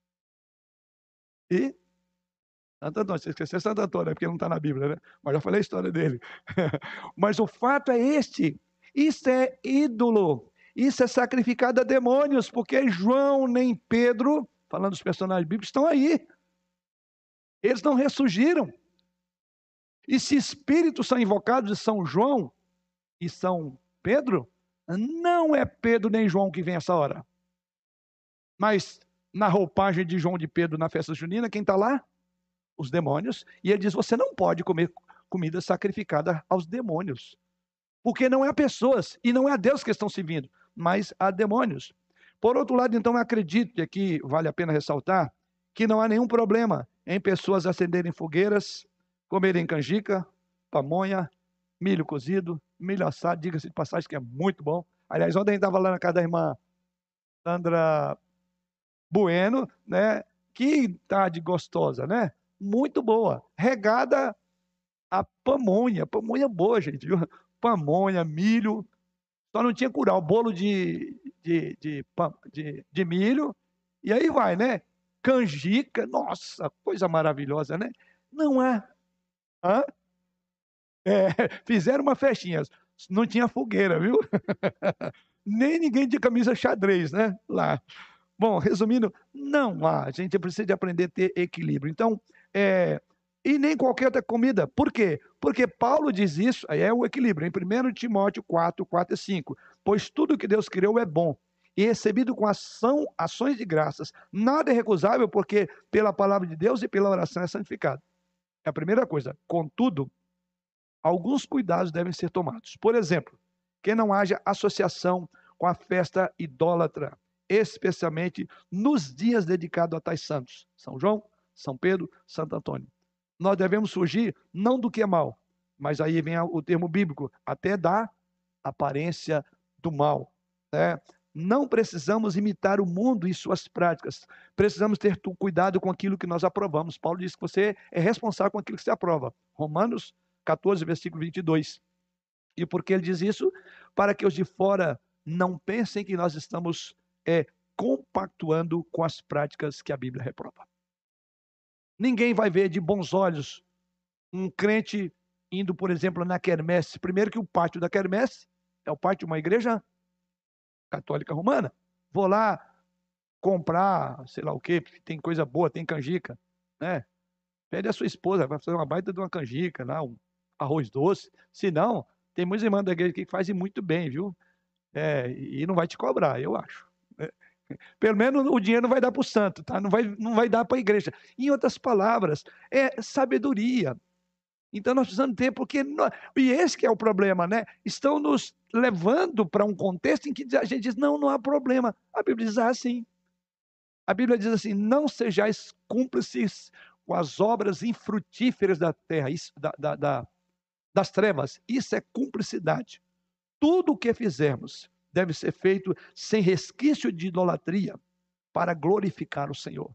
e Santo Antônio. Você esqueceu Santo Antônio, porque não está na Bíblia, né? Mas já falei a história dele. Mas o fato é este, isso é ídolo, isso é sacrificado a demônios, porque João nem Pedro, falando dos personagens bíblicos, estão aí. Eles não ressurgiram. E se espíritos são invocados de São João e São Pedro, não é Pedro nem João que vem essa hora. Mas na roupagem de João de Pedro na festa junina, quem está lá? Os demônios. E ele diz, você não pode comer comida sacrificada aos demônios. Porque não é a pessoas e não é a Deus que estão servindo, mas a demônios. Por outro lado, então, eu acredito, e aqui vale a pena ressaltar, que não há nenhum problema em pessoas acenderem fogueiras, comerem canjica, pamonha, milho cozido, milho assado, diga-se de passagem que é muito bom. Aliás, ontem a gente estava lá na casa da irmã Sandra Bueno, né? Que tarde gostosa, né? Muito boa. Regada a pamonha. Pamonha boa, gente. Viu? Pamonha, milho. Só não tinha curau. Bolo de, de, de, de, de milho. E aí vai, né? Canjica. Nossa, coisa maravilhosa, né? Não há. Hã? É, fizeram uma festinha. Não tinha fogueira, viu? Nem ninguém de camisa xadrez, né? Lá. Bom, resumindo, não há. A gente precisa de aprender a ter equilíbrio. Então, é, e nem qualquer outra comida. Por quê? Porque Paulo diz isso, aí é o equilíbrio, em primeiro Timóteo quatro, quatro e cinco. Pois tudo que Deus criou é bom, e recebido com ação, ações de graças. Nada é recusável, porque pela palavra de Deus e pela oração é santificado. É a primeira coisa. Contudo, alguns cuidados devem ser tomados. Por exemplo, que não haja associação com a festa idólatra, especialmente nos dias dedicados a tais santos, São João, São Pedro, Santo Antônio. Nós devemos fugir não do que é mal, mas aí vem o termo bíblico, até da aparência do mal. Né? Não precisamos imitar o mundo e suas práticas, precisamos ter cuidado com aquilo que nós aprovamos. Paulo diz que você é responsável com aquilo que você aprova. Romanos catorze, versículo vinte e dois. E por que ele diz isso? Para que os de fora não pensem que nós estamos é, compactuando com as práticas que a Bíblia reprova. Ninguém vai ver de bons olhos um crente indo, por exemplo, na quermesse. Primeiro que o pátio da quermesse é o pátio de uma igreja católica romana. Vou lá comprar, sei lá o quê, tem coisa boa, tem canjica, né? Pede a sua esposa, vai fazer uma baita de uma canjica, lá, um arroz doce. Se não, tem muitos irmãos da igreja que fazem muito bem, viu? É, e não vai te cobrar, eu acho. Pelo menos o dinheiro não vai dar para o santo, tá? Não vai, não vai dar para a igreja. Em outras palavras, é sabedoria. Então nós precisamos ter, porque nós, e esse que é o problema, né? Estão nos levando para um contexto em que a gente diz, não, não há problema. A Bíblia diz assim. A Bíblia diz assim, não sejais cúmplices com as obras infrutíferas da terra, isso, da, da, da, das trevas. Isso é cumplicidade. Tudo o que fizermos deve ser feito sem resquício de idolatria, para glorificar o Senhor.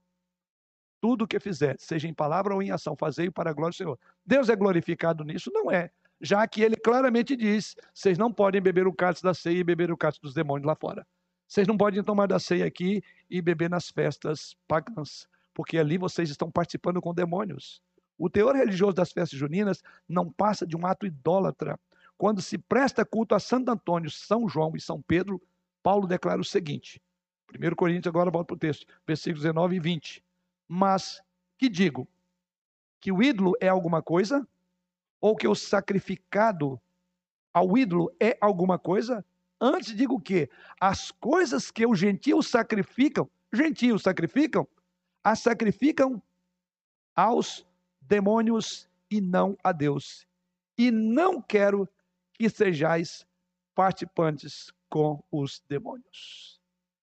Tudo o que fizer, seja em palavra ou em ação, fazei-o para a glória do Senhor. Deus é glorificado nisso? Não é. já que ele claramente diz, vocês não podem beber o cálice da ceia e beber o cálice dos demônios lá fora. Vocês não podem tomar da ceia aqui e beber nas festas pagãs, porque ali vocês estão participando com demônios. O teor religioso das festas juninas não passa de um ato idólatra. Quando se presta culto a Santo Antônio, São João e São Pedro, Paulo declara o seguinte, primeiro Coríntios, agora volta para o texto, versículos dezenove e vinte. Mas, que digo? Que o ídolo é alguma coisa? Ou que o sacrificado ao ídolo é alguma coisa? Antes digo o quê? As coisas que os gentios sacrificam, gentios sacrificam, as sacrificam aos demônios e não a Deus. E não quero que sejais participantes com os demônios.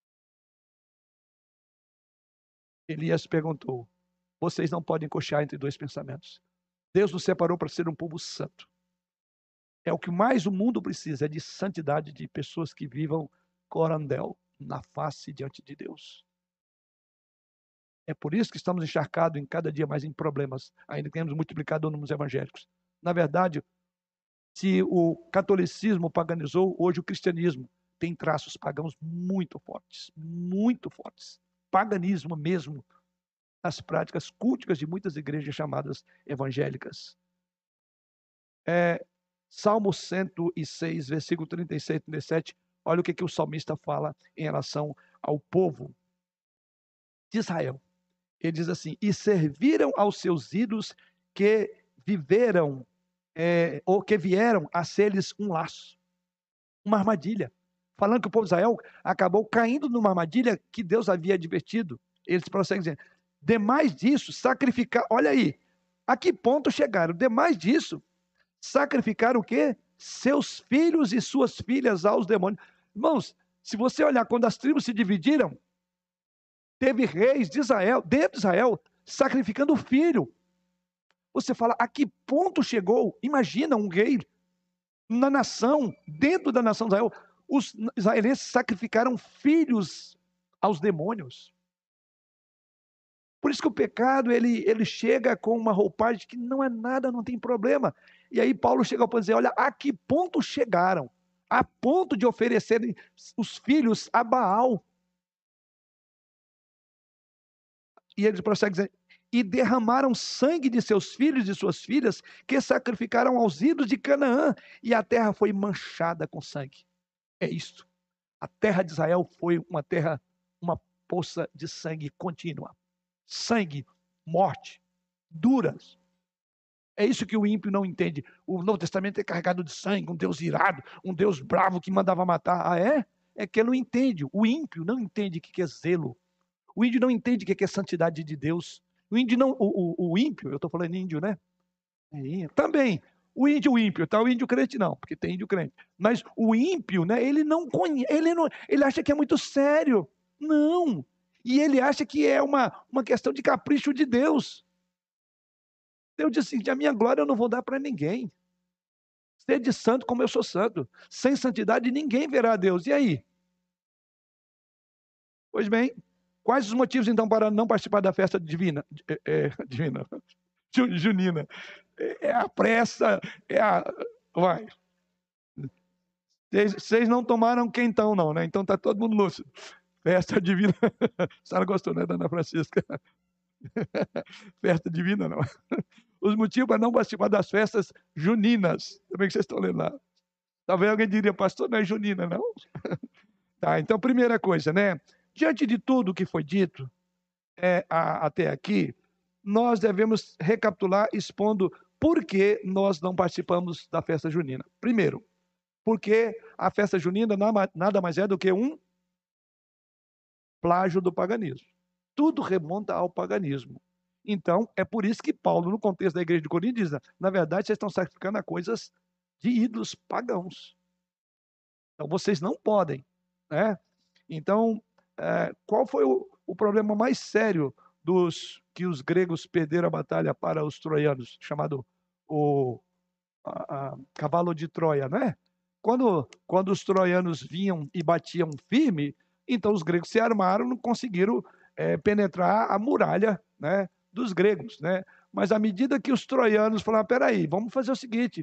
Elias perguntou, vocês não podem cochear entre dois pensamentos. Deus nos separou para ser um povo santo. É o que mais o mundo precisa, é de santidade, de pessoas que vivam corandel, na face diante de Deus. É por isso que estamos encharcados em cada dia mais em problemas, ainda que temos multiplicado números evangélicos. Na verdade, se o catolicismo paganizou, hoje o cristianismo tem traços pagãos muito fortes, muito fortes. Paganismo mesmo, as práticas culticas de muitas igrejas chamadas evangélicas. É, Salmo cento e seis, versículo trinta e seis e trinta e sete, olha o que, que o salmista fala em relação ao povo de Israel. Ele diz assim, e serviram aos seus ídolos que viveram, é, ou que vieram a ser-lhes um laço, uma armadilha. Falando que o povo de Israel acabou caindo numa armadilha que Deus havia advertido. Eles prosseguem dizendo, demais disso, sacrificar, olha aí, a que ponto chegaram? Demais disso, sacrificar o quê? Seus filhos e suas filhas aos demônios. Irmãos, se você olhar quando as tribos se dividiram, teve reis de Israel, dentro de Israel, sacrificando o filho. Você fala, a que ponto chegou? Imagina um rei na nação, dentro da nação de Israel, os israelenses sacrificaram filhos aos demônios. Por isso que o pecado, ele, ele chega com uma roupagem que não é nada, não tem problema. E aí Paulo chega a dizer, olha, a que ponto chegaram? A ponto de oferecerem os filhos a Baal. E ele prossegue dizendo, e derramaram sangue de seus filhos e de suas filhas, que sacrificaram aos ídolos de Canaã, e a terra foi manchada com sangue. É isto. A terra de Israel foi uma terra, uma poça de sangue contínua. Sangue, morte, duras. É isso que o ímpio não entende. O Novo Testamento é carregado de sangue, um Deus irado, um Deus bravo que mandava matar. Ah, é? É que ele não entende. O ímpio não entende o que é zelo. O índio não entende o que é santidade de Deus. O índio não, o, o, o ímpio, eu estou falando índio, né? É, também. O índio ímpio, tá? O índio crente não, porque tem índio crente. Mas o ímpio, né? Ele não conhece, ele não, ele acha que é muito sério. Não. E ele acha que é uma, uma questão de capricho de Deus. Deus disse assim, a minha glória eu não vou dar para ninguém. Sede santo como eu sou santo. Sem santidade ninguém verá a Deus. E aí? Pois bem, quais os motivos então para não participar da festa divina? É, é, divina. Junina. É a pressa, é a... Vai. Vocês não tomaram quentão não, né? Então tá todo mundo lúcido. Festa divina. A senhora gostou, né, Dona Francisca? Festa divina, não. Os motivos para não participar das festas juninas. Também que vocês estão lendo lá. Talvez alguém diria, pastor, não é junina, não? Tá, então, primeira coisa, né? Diante de tudo o que foi dito é, a, até aqui, nós devemos recapitular expondo por que nós não participamos da festa junina. Primeiro, porque a festa junina nada mais é do que um plágio do paganismo. Tudo remonta ao paganismo. Então, é por isso que Paulo, no contexto da igreja de Corinto, diz, na verdade, vocês estão sacrificando a coisas de ídolos pagãos. Então, vocês não podem, né? Então, é, qual foi o, o problema mais sério dos que os gregos perderam a batalha para os troianos, chamado o a, a, cavalo de Troia, né? Quando, quando os troianos vinham e batiam firme, então os gregos se armaram, não conseguiram é, penetrar a muralha, né, dos gregos, né? Mas à medida que os troianos falaram, peraí, vamos fazer o seguinte, vamos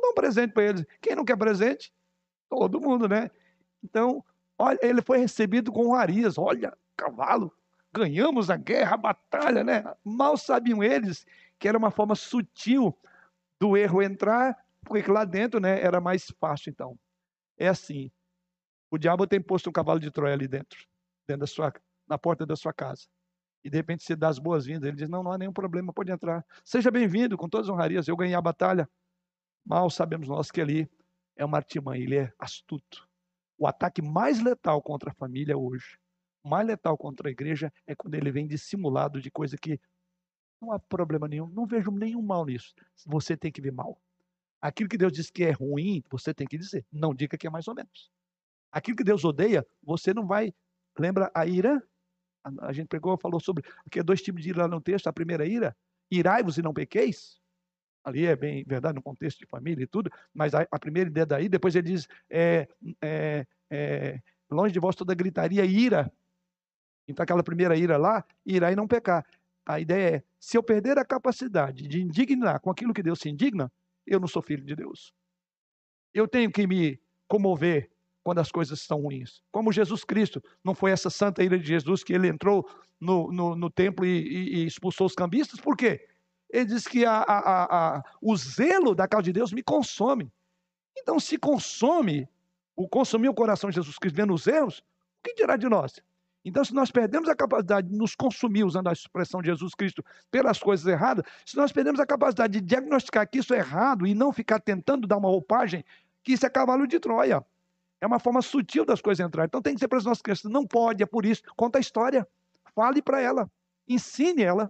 dá um presente para eles. Quem não quer presente? Todo mundo, né? Então, olha, ele foi recebido com honrarias. Olha, cavalo, ganhamos a guerra, a batalha, né? Mal sabiam eles que era uma forma sutil do erro entrar, porque lá dentro, né, era mais fácil. Então, é assim, o diabo tem posto um cavalo de Troia ali dentro, dentro da sua, na porta da sua casa. E de repente você dá as boas-vindas, ele diz, não, não há nenhum problema, pode entrar. Seja bem-vindo, com todas as honrarias, eu ganhei a batalha. Mal sabemos nós que ali é uma artimanha, ele é astuto. O ataque mais letal contra a família hoje, mais letal contra a igreja, é quando ele vem dissimulado de coisa que não há problema nenhum, não vejo nenhum mal nisso. Você tem que ver mal. Aquilo que Deus diz que é ruim, você tem que dizer. Não diga que é mais ou menos. Aquilo que Deus odeia, você não vai... Lembra a ira? A, a gente pegou, falou sobre... Porque dois tipos de ira lá no texto. A primeira ira, irai-vos e não pequeis. Ali é bem verdade, no contexto de família e tudo. Mas a, a primeira ideia daí, depois ele diz... É, é, é, longe de vós toda gritaria e ira. Então aquela primeira ira lá, irai e não pecar. A ideia é, se eu perder a capacidade de indignar com aquilo que Deus se indigna, eu não sou filho de Deus. Eu tenho que me comover quando as coisas estão ruins. Como Jesus Cristo, não foi essa santa ira de Jesus que ele entrou no, no, no templo e, e, e expulsou os cambistas? Por quê? Ele diz que a, a, a, o zelo da causa de Deus me consome. Então, se consome, o consumir o coração de Jesus Cristo vendo os erros, o que dirá de nós? Então, se nós perdemos a capacidade de nos consumir, usando a expressão de Jesus Cristo, pelas coisas erradas, se nós perdemos a capacidade de diagnosticar que isso é errado e não ficar tentando dar uma roupagem, que isso é cavalo de Troia. É uma forma sutil das coisas entrarem. Então tem que ser para as nossas crianças, não pode, é por isso. Conta a história, fale para ela, ensine ela.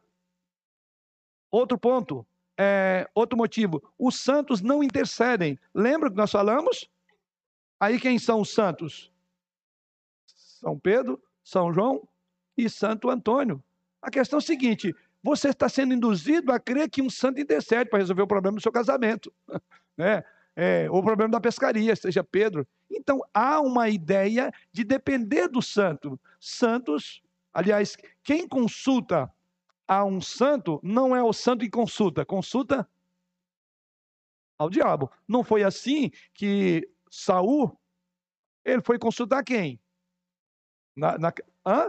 Outro ponto, é, outro motivo, os santos não intercedem. Lembra que nós falamos? Aí quem são os santos? São Pedro, São João e Santo Antônio. A questão é a seguinte, você está sendo induzido a crer que um santo intercede para resolver o problema do seu casamento, né? É, ou o problema da pescaria, seja Pedro. Então, há uma ideia de depender do santo. Santos, aliás, quem consulta a um santo, não é o santo que consulta, consulta ao diabo. Não foi assim que Saul, ele foi consultar quem? Na, na, hã?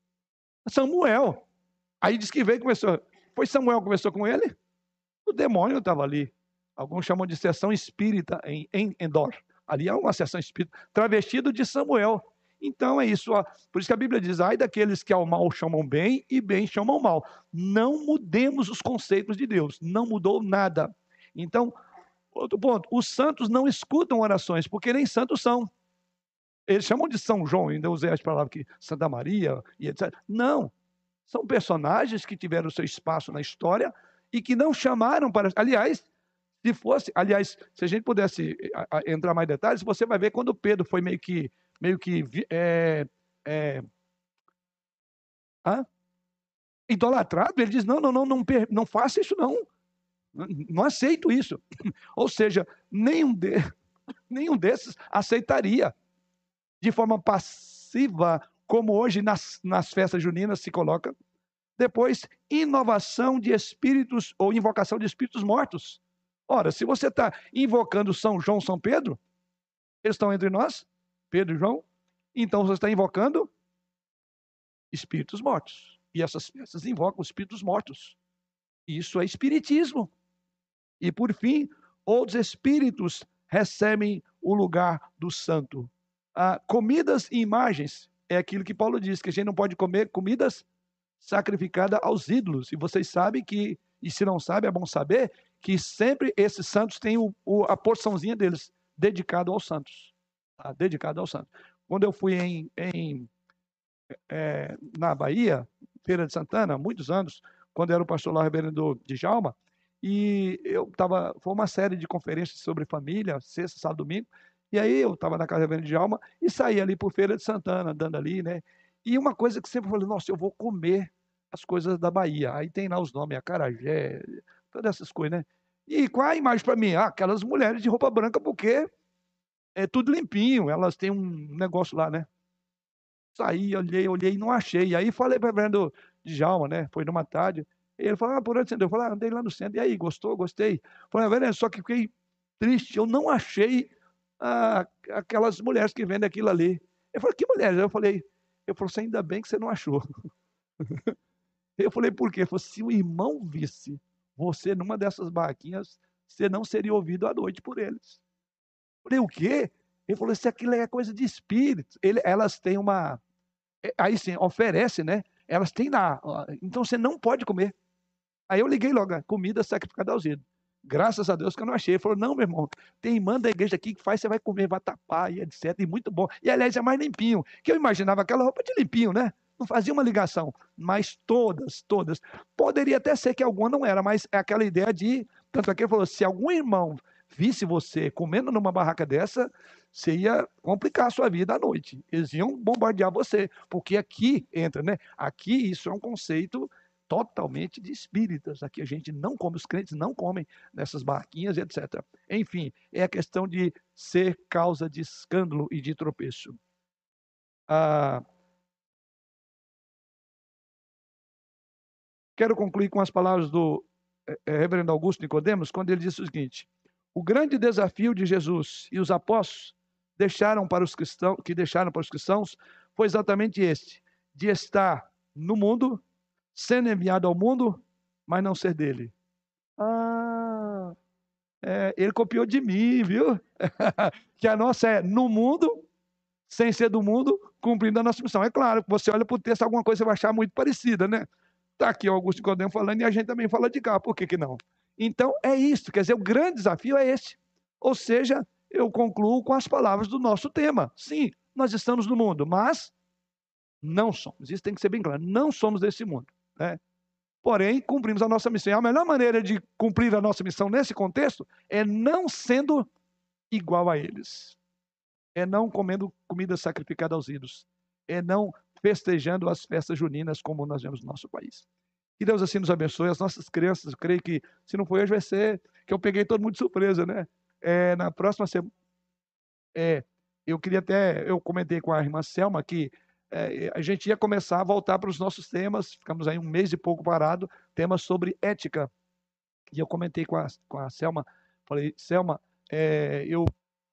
Samuel. Aí diz que veio e começou. Foi Samuel que começou com ele? O demônio estava ali. Alguns chamam de sessão espírita em, em Endor. Ali é uma sessão espírita, travestido de Samuel. Então é isso. Ó. Por isso que a Bíblia diz, ai daqueles que ao mal chamam bem e bem chamam mal. Não mudemos os conceitos de Deus. Não mudou nada. Então, outro ponto, os santos não escutam orações, porque nem santos são. Eles chamam de São João, ainda usei as palavras aqui, Santa Maria e etcétera. Não. São personagens que tiveram seu espaço na história e que não chamaram para... Aliás, se fosse... Aliás, se a gente pudesse a, a, entrar mais em detalhes, você vai ver quando Pedro foi meio que... Meio que é, é, ah, idolatrado, ele diz, não, não, não, não, não faça isso não. Não aceito isso. Ou seja, nenhum, de, nenhum desses aceitaria de forma passiva, como hoje nas, nas festas juninas se coloca. Depois, inovação de espíritos ou invocação de espíritos mortos. Ora, se você está invocando São João, São Pedro, eles estão entre nós, Pedro e João, então você está invocando espíritos mortos. E essas festas invocam espíritos mortos. Isso é espiritismo. E por fim, outros espíritos recebem o lugar do santo. Ah, comidas e imagens é aquilo que Paulo diz, que a gente não pode comer comidas sacrificadas aos ídolos. E vocês sabem que, e se não sabem, é bom saber, que sempre esses santos têm o, o, a porçãozinha deles dedicado aos santos. Tá? Dedicado aos santos. Quando eu fui em, em, é, na Bahia, Feira de Santana, há muitos anos, quando eu era o pastor lá, reverendo Djalma, e eu estava, foi uma série de conferências sobre família, sexta, sábado, domingo, e aí eu estava na casa do reverendo Djalma e saí ali por Feira de Santana, andando ali, né? E uma coisa que sempre falei, nossa, eu vou comer as coisas da Bahia. Aí tem lá os nomes, acarajé, todas essas coisas, né? E qual a imagem para mim? Ah, aquelas mulheres de roupa branca, porque é tudo limpinho, elas têm um negócio lá, né? Saí, olhei, olhei e não achei. E aí falei para o reverendo Djalma, né? Foi numa tarde. Ele falou, ah, por onde você andou? Eu falei, ah, andei lá no centro. E aí, gostou? Gostei. Falei, reverendo, só que fiquei triste, eu não achei ah, aquelas mulheres que vendem aquilo ali. Eu falei, que mulheres? Eu falei, eu falei, ainda bem que você não achou. Eu falei, por quê? Ele falou, se o irmão visse você numa dessas barraquinhas, você não seria ouvido à noite por eles. Eu falei, o quê? Ele falou, se aquilo é coisa de espírito. Ele, elas têm uma... Aí sim, oferece, né? Elas têm lá. Então você não pode comer. Aí eu liguei logo, comida sacrificada aos ídolos. Graças a Deus que eu não achei. Ele falou, não, meu irmão, tem irmã da igreja aqui que faz, você vai comer vatapá e etcétera. E muito bom. E aliás, é mais limpinho. Que eu imaginava aquela roupa de limpinho, né? Não fazia uma ligação. Mas todas, todas. Poderia até ser que alguma não era, mas é aquela ideia de... Tanto é que ele falou, se algum irmão visse você comendo numa barraca dessa, você ia complicar a sua vida à noite. Eles iam bombardear você. Porque aqui entra, né? Aqui isso é um conceito totalmente de espíritas. Aqui a gente não come, os crentes não comem nessas barquinhas, etcétera. Enfim, é a questão de ser causa de escândalo e de tropeço. Ah, quero concluir com as palavras do é, reverendo Augusto Nicodemos, quando ele disse o seguinte: o grande desafio de Jesus e os apóstolos deixaram para os cristãos, que deixaram para os cristãos foi exatamente este, de estar no mundo, sendo enviado ao mundo, mas não ser dele. Ah, é, ele copiou de mim, viu? Que a nossa é no mundo, sem ser do mundo, cumprindo a nossa missão. É claro que você olha para o texto, alguma coisa você vai achar muito parecida, né? Está aqui o Augusto Nicodemo falando e a gente também fala de cá, por que que não? Então é isso, quer dizer, o grande desafio é esse. Ou seja, eu concluo com as palavras do nosso tema. Sim, nós estamos no mundo, mas não somos. Isso tem que ser bem claro, não somos desse mundo, né? Porém, cumprimos a nossa missão. E a melhor maneira de cumprir a nossa missão nesse contexto é não sendo igual a eles. É não comendo comida sacrificada aos ídolos. É não festejando as festas juninas como nós vemos no nosso país. Que Deus assim nos abençoe. As nossas crianças, eu creio que, se não for hoje, vai ser que eu peguei todo mundo de surpresa, né? É, na próxima semana, é, eu queria até, eu comentei com a irmã Selma que é, a gente ia começar a voltar para os nossos temas, ficamos aí um mês e pouco parado, temas sobre ética. E eu comentei com a, com a Selma, falei, Selma, é, eu...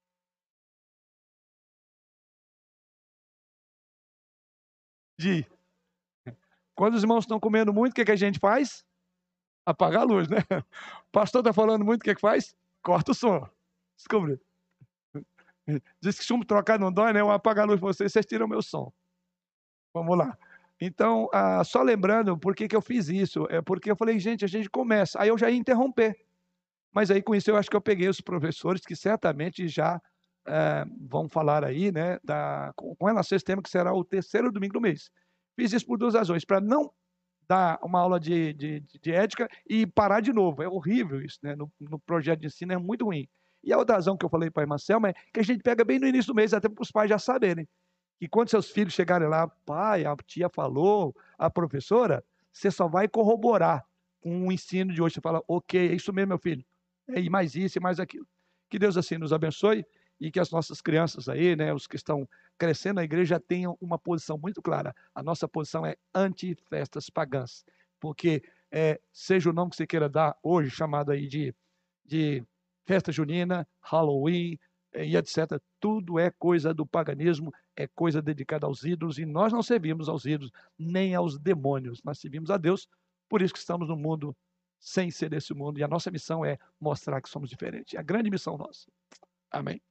De, quando os irmãos estão comendo muito, o que, que a gente faz? Apagar a luz, né? O pastor está falando muito, o que, que faz? Corta o som. Descobriu. Diz que chumbo trocar não dói, né? Eu apago a luz para vocês, vocês tiram o meu som. Vamos lá. Então, ah, só lembrando por que, que eu fiz isso. É porque eu falei, gente, a gente começa. Aí eu já ia interromper. Mas aí com isso eu acho que eu peguei os professores que certamente já é, vão falar aí, né, da, com, com relação a esse tema que será o terceiro domingo do mês. Fiz isso por duas razões, para não dar uma aula de, de, de ética e parar de novo. É horrível isso, né? No, no projeto de ensino é muito ruim. E a outra razão que eu falei para a irmã Selma é que a gente pega bem no início do mês, até para os pais já saberem. E quando seus filhos chegarem lá, pai, a tia falou, a professora, você só vai corroborar com o ensino de hoje. Você fala, ok, é isso mesmo, meu filho. É, e mais isso e mais aquilo. Que Deus assim nos abençoe e que as nossas crianças aí, né, os que estão crescendo na igreja, tenham uma posição muito clara. A nossa posição é anti-festas pagãs, porque é, seja o nome que você queira dar hoje, chamado aí de, de festa junina, Halloween é, e etcétera, tudo é coisa do paganismo, é coisa dedicada aos ídolos, e nós não servimos aos ídolos, nem aos demônios, nós servimos a Deus, por isso que estamos no mundo sem ser desse mundo, e a nossa missão é mostrar que somos diferentes. É a grande missão nossa. Amém.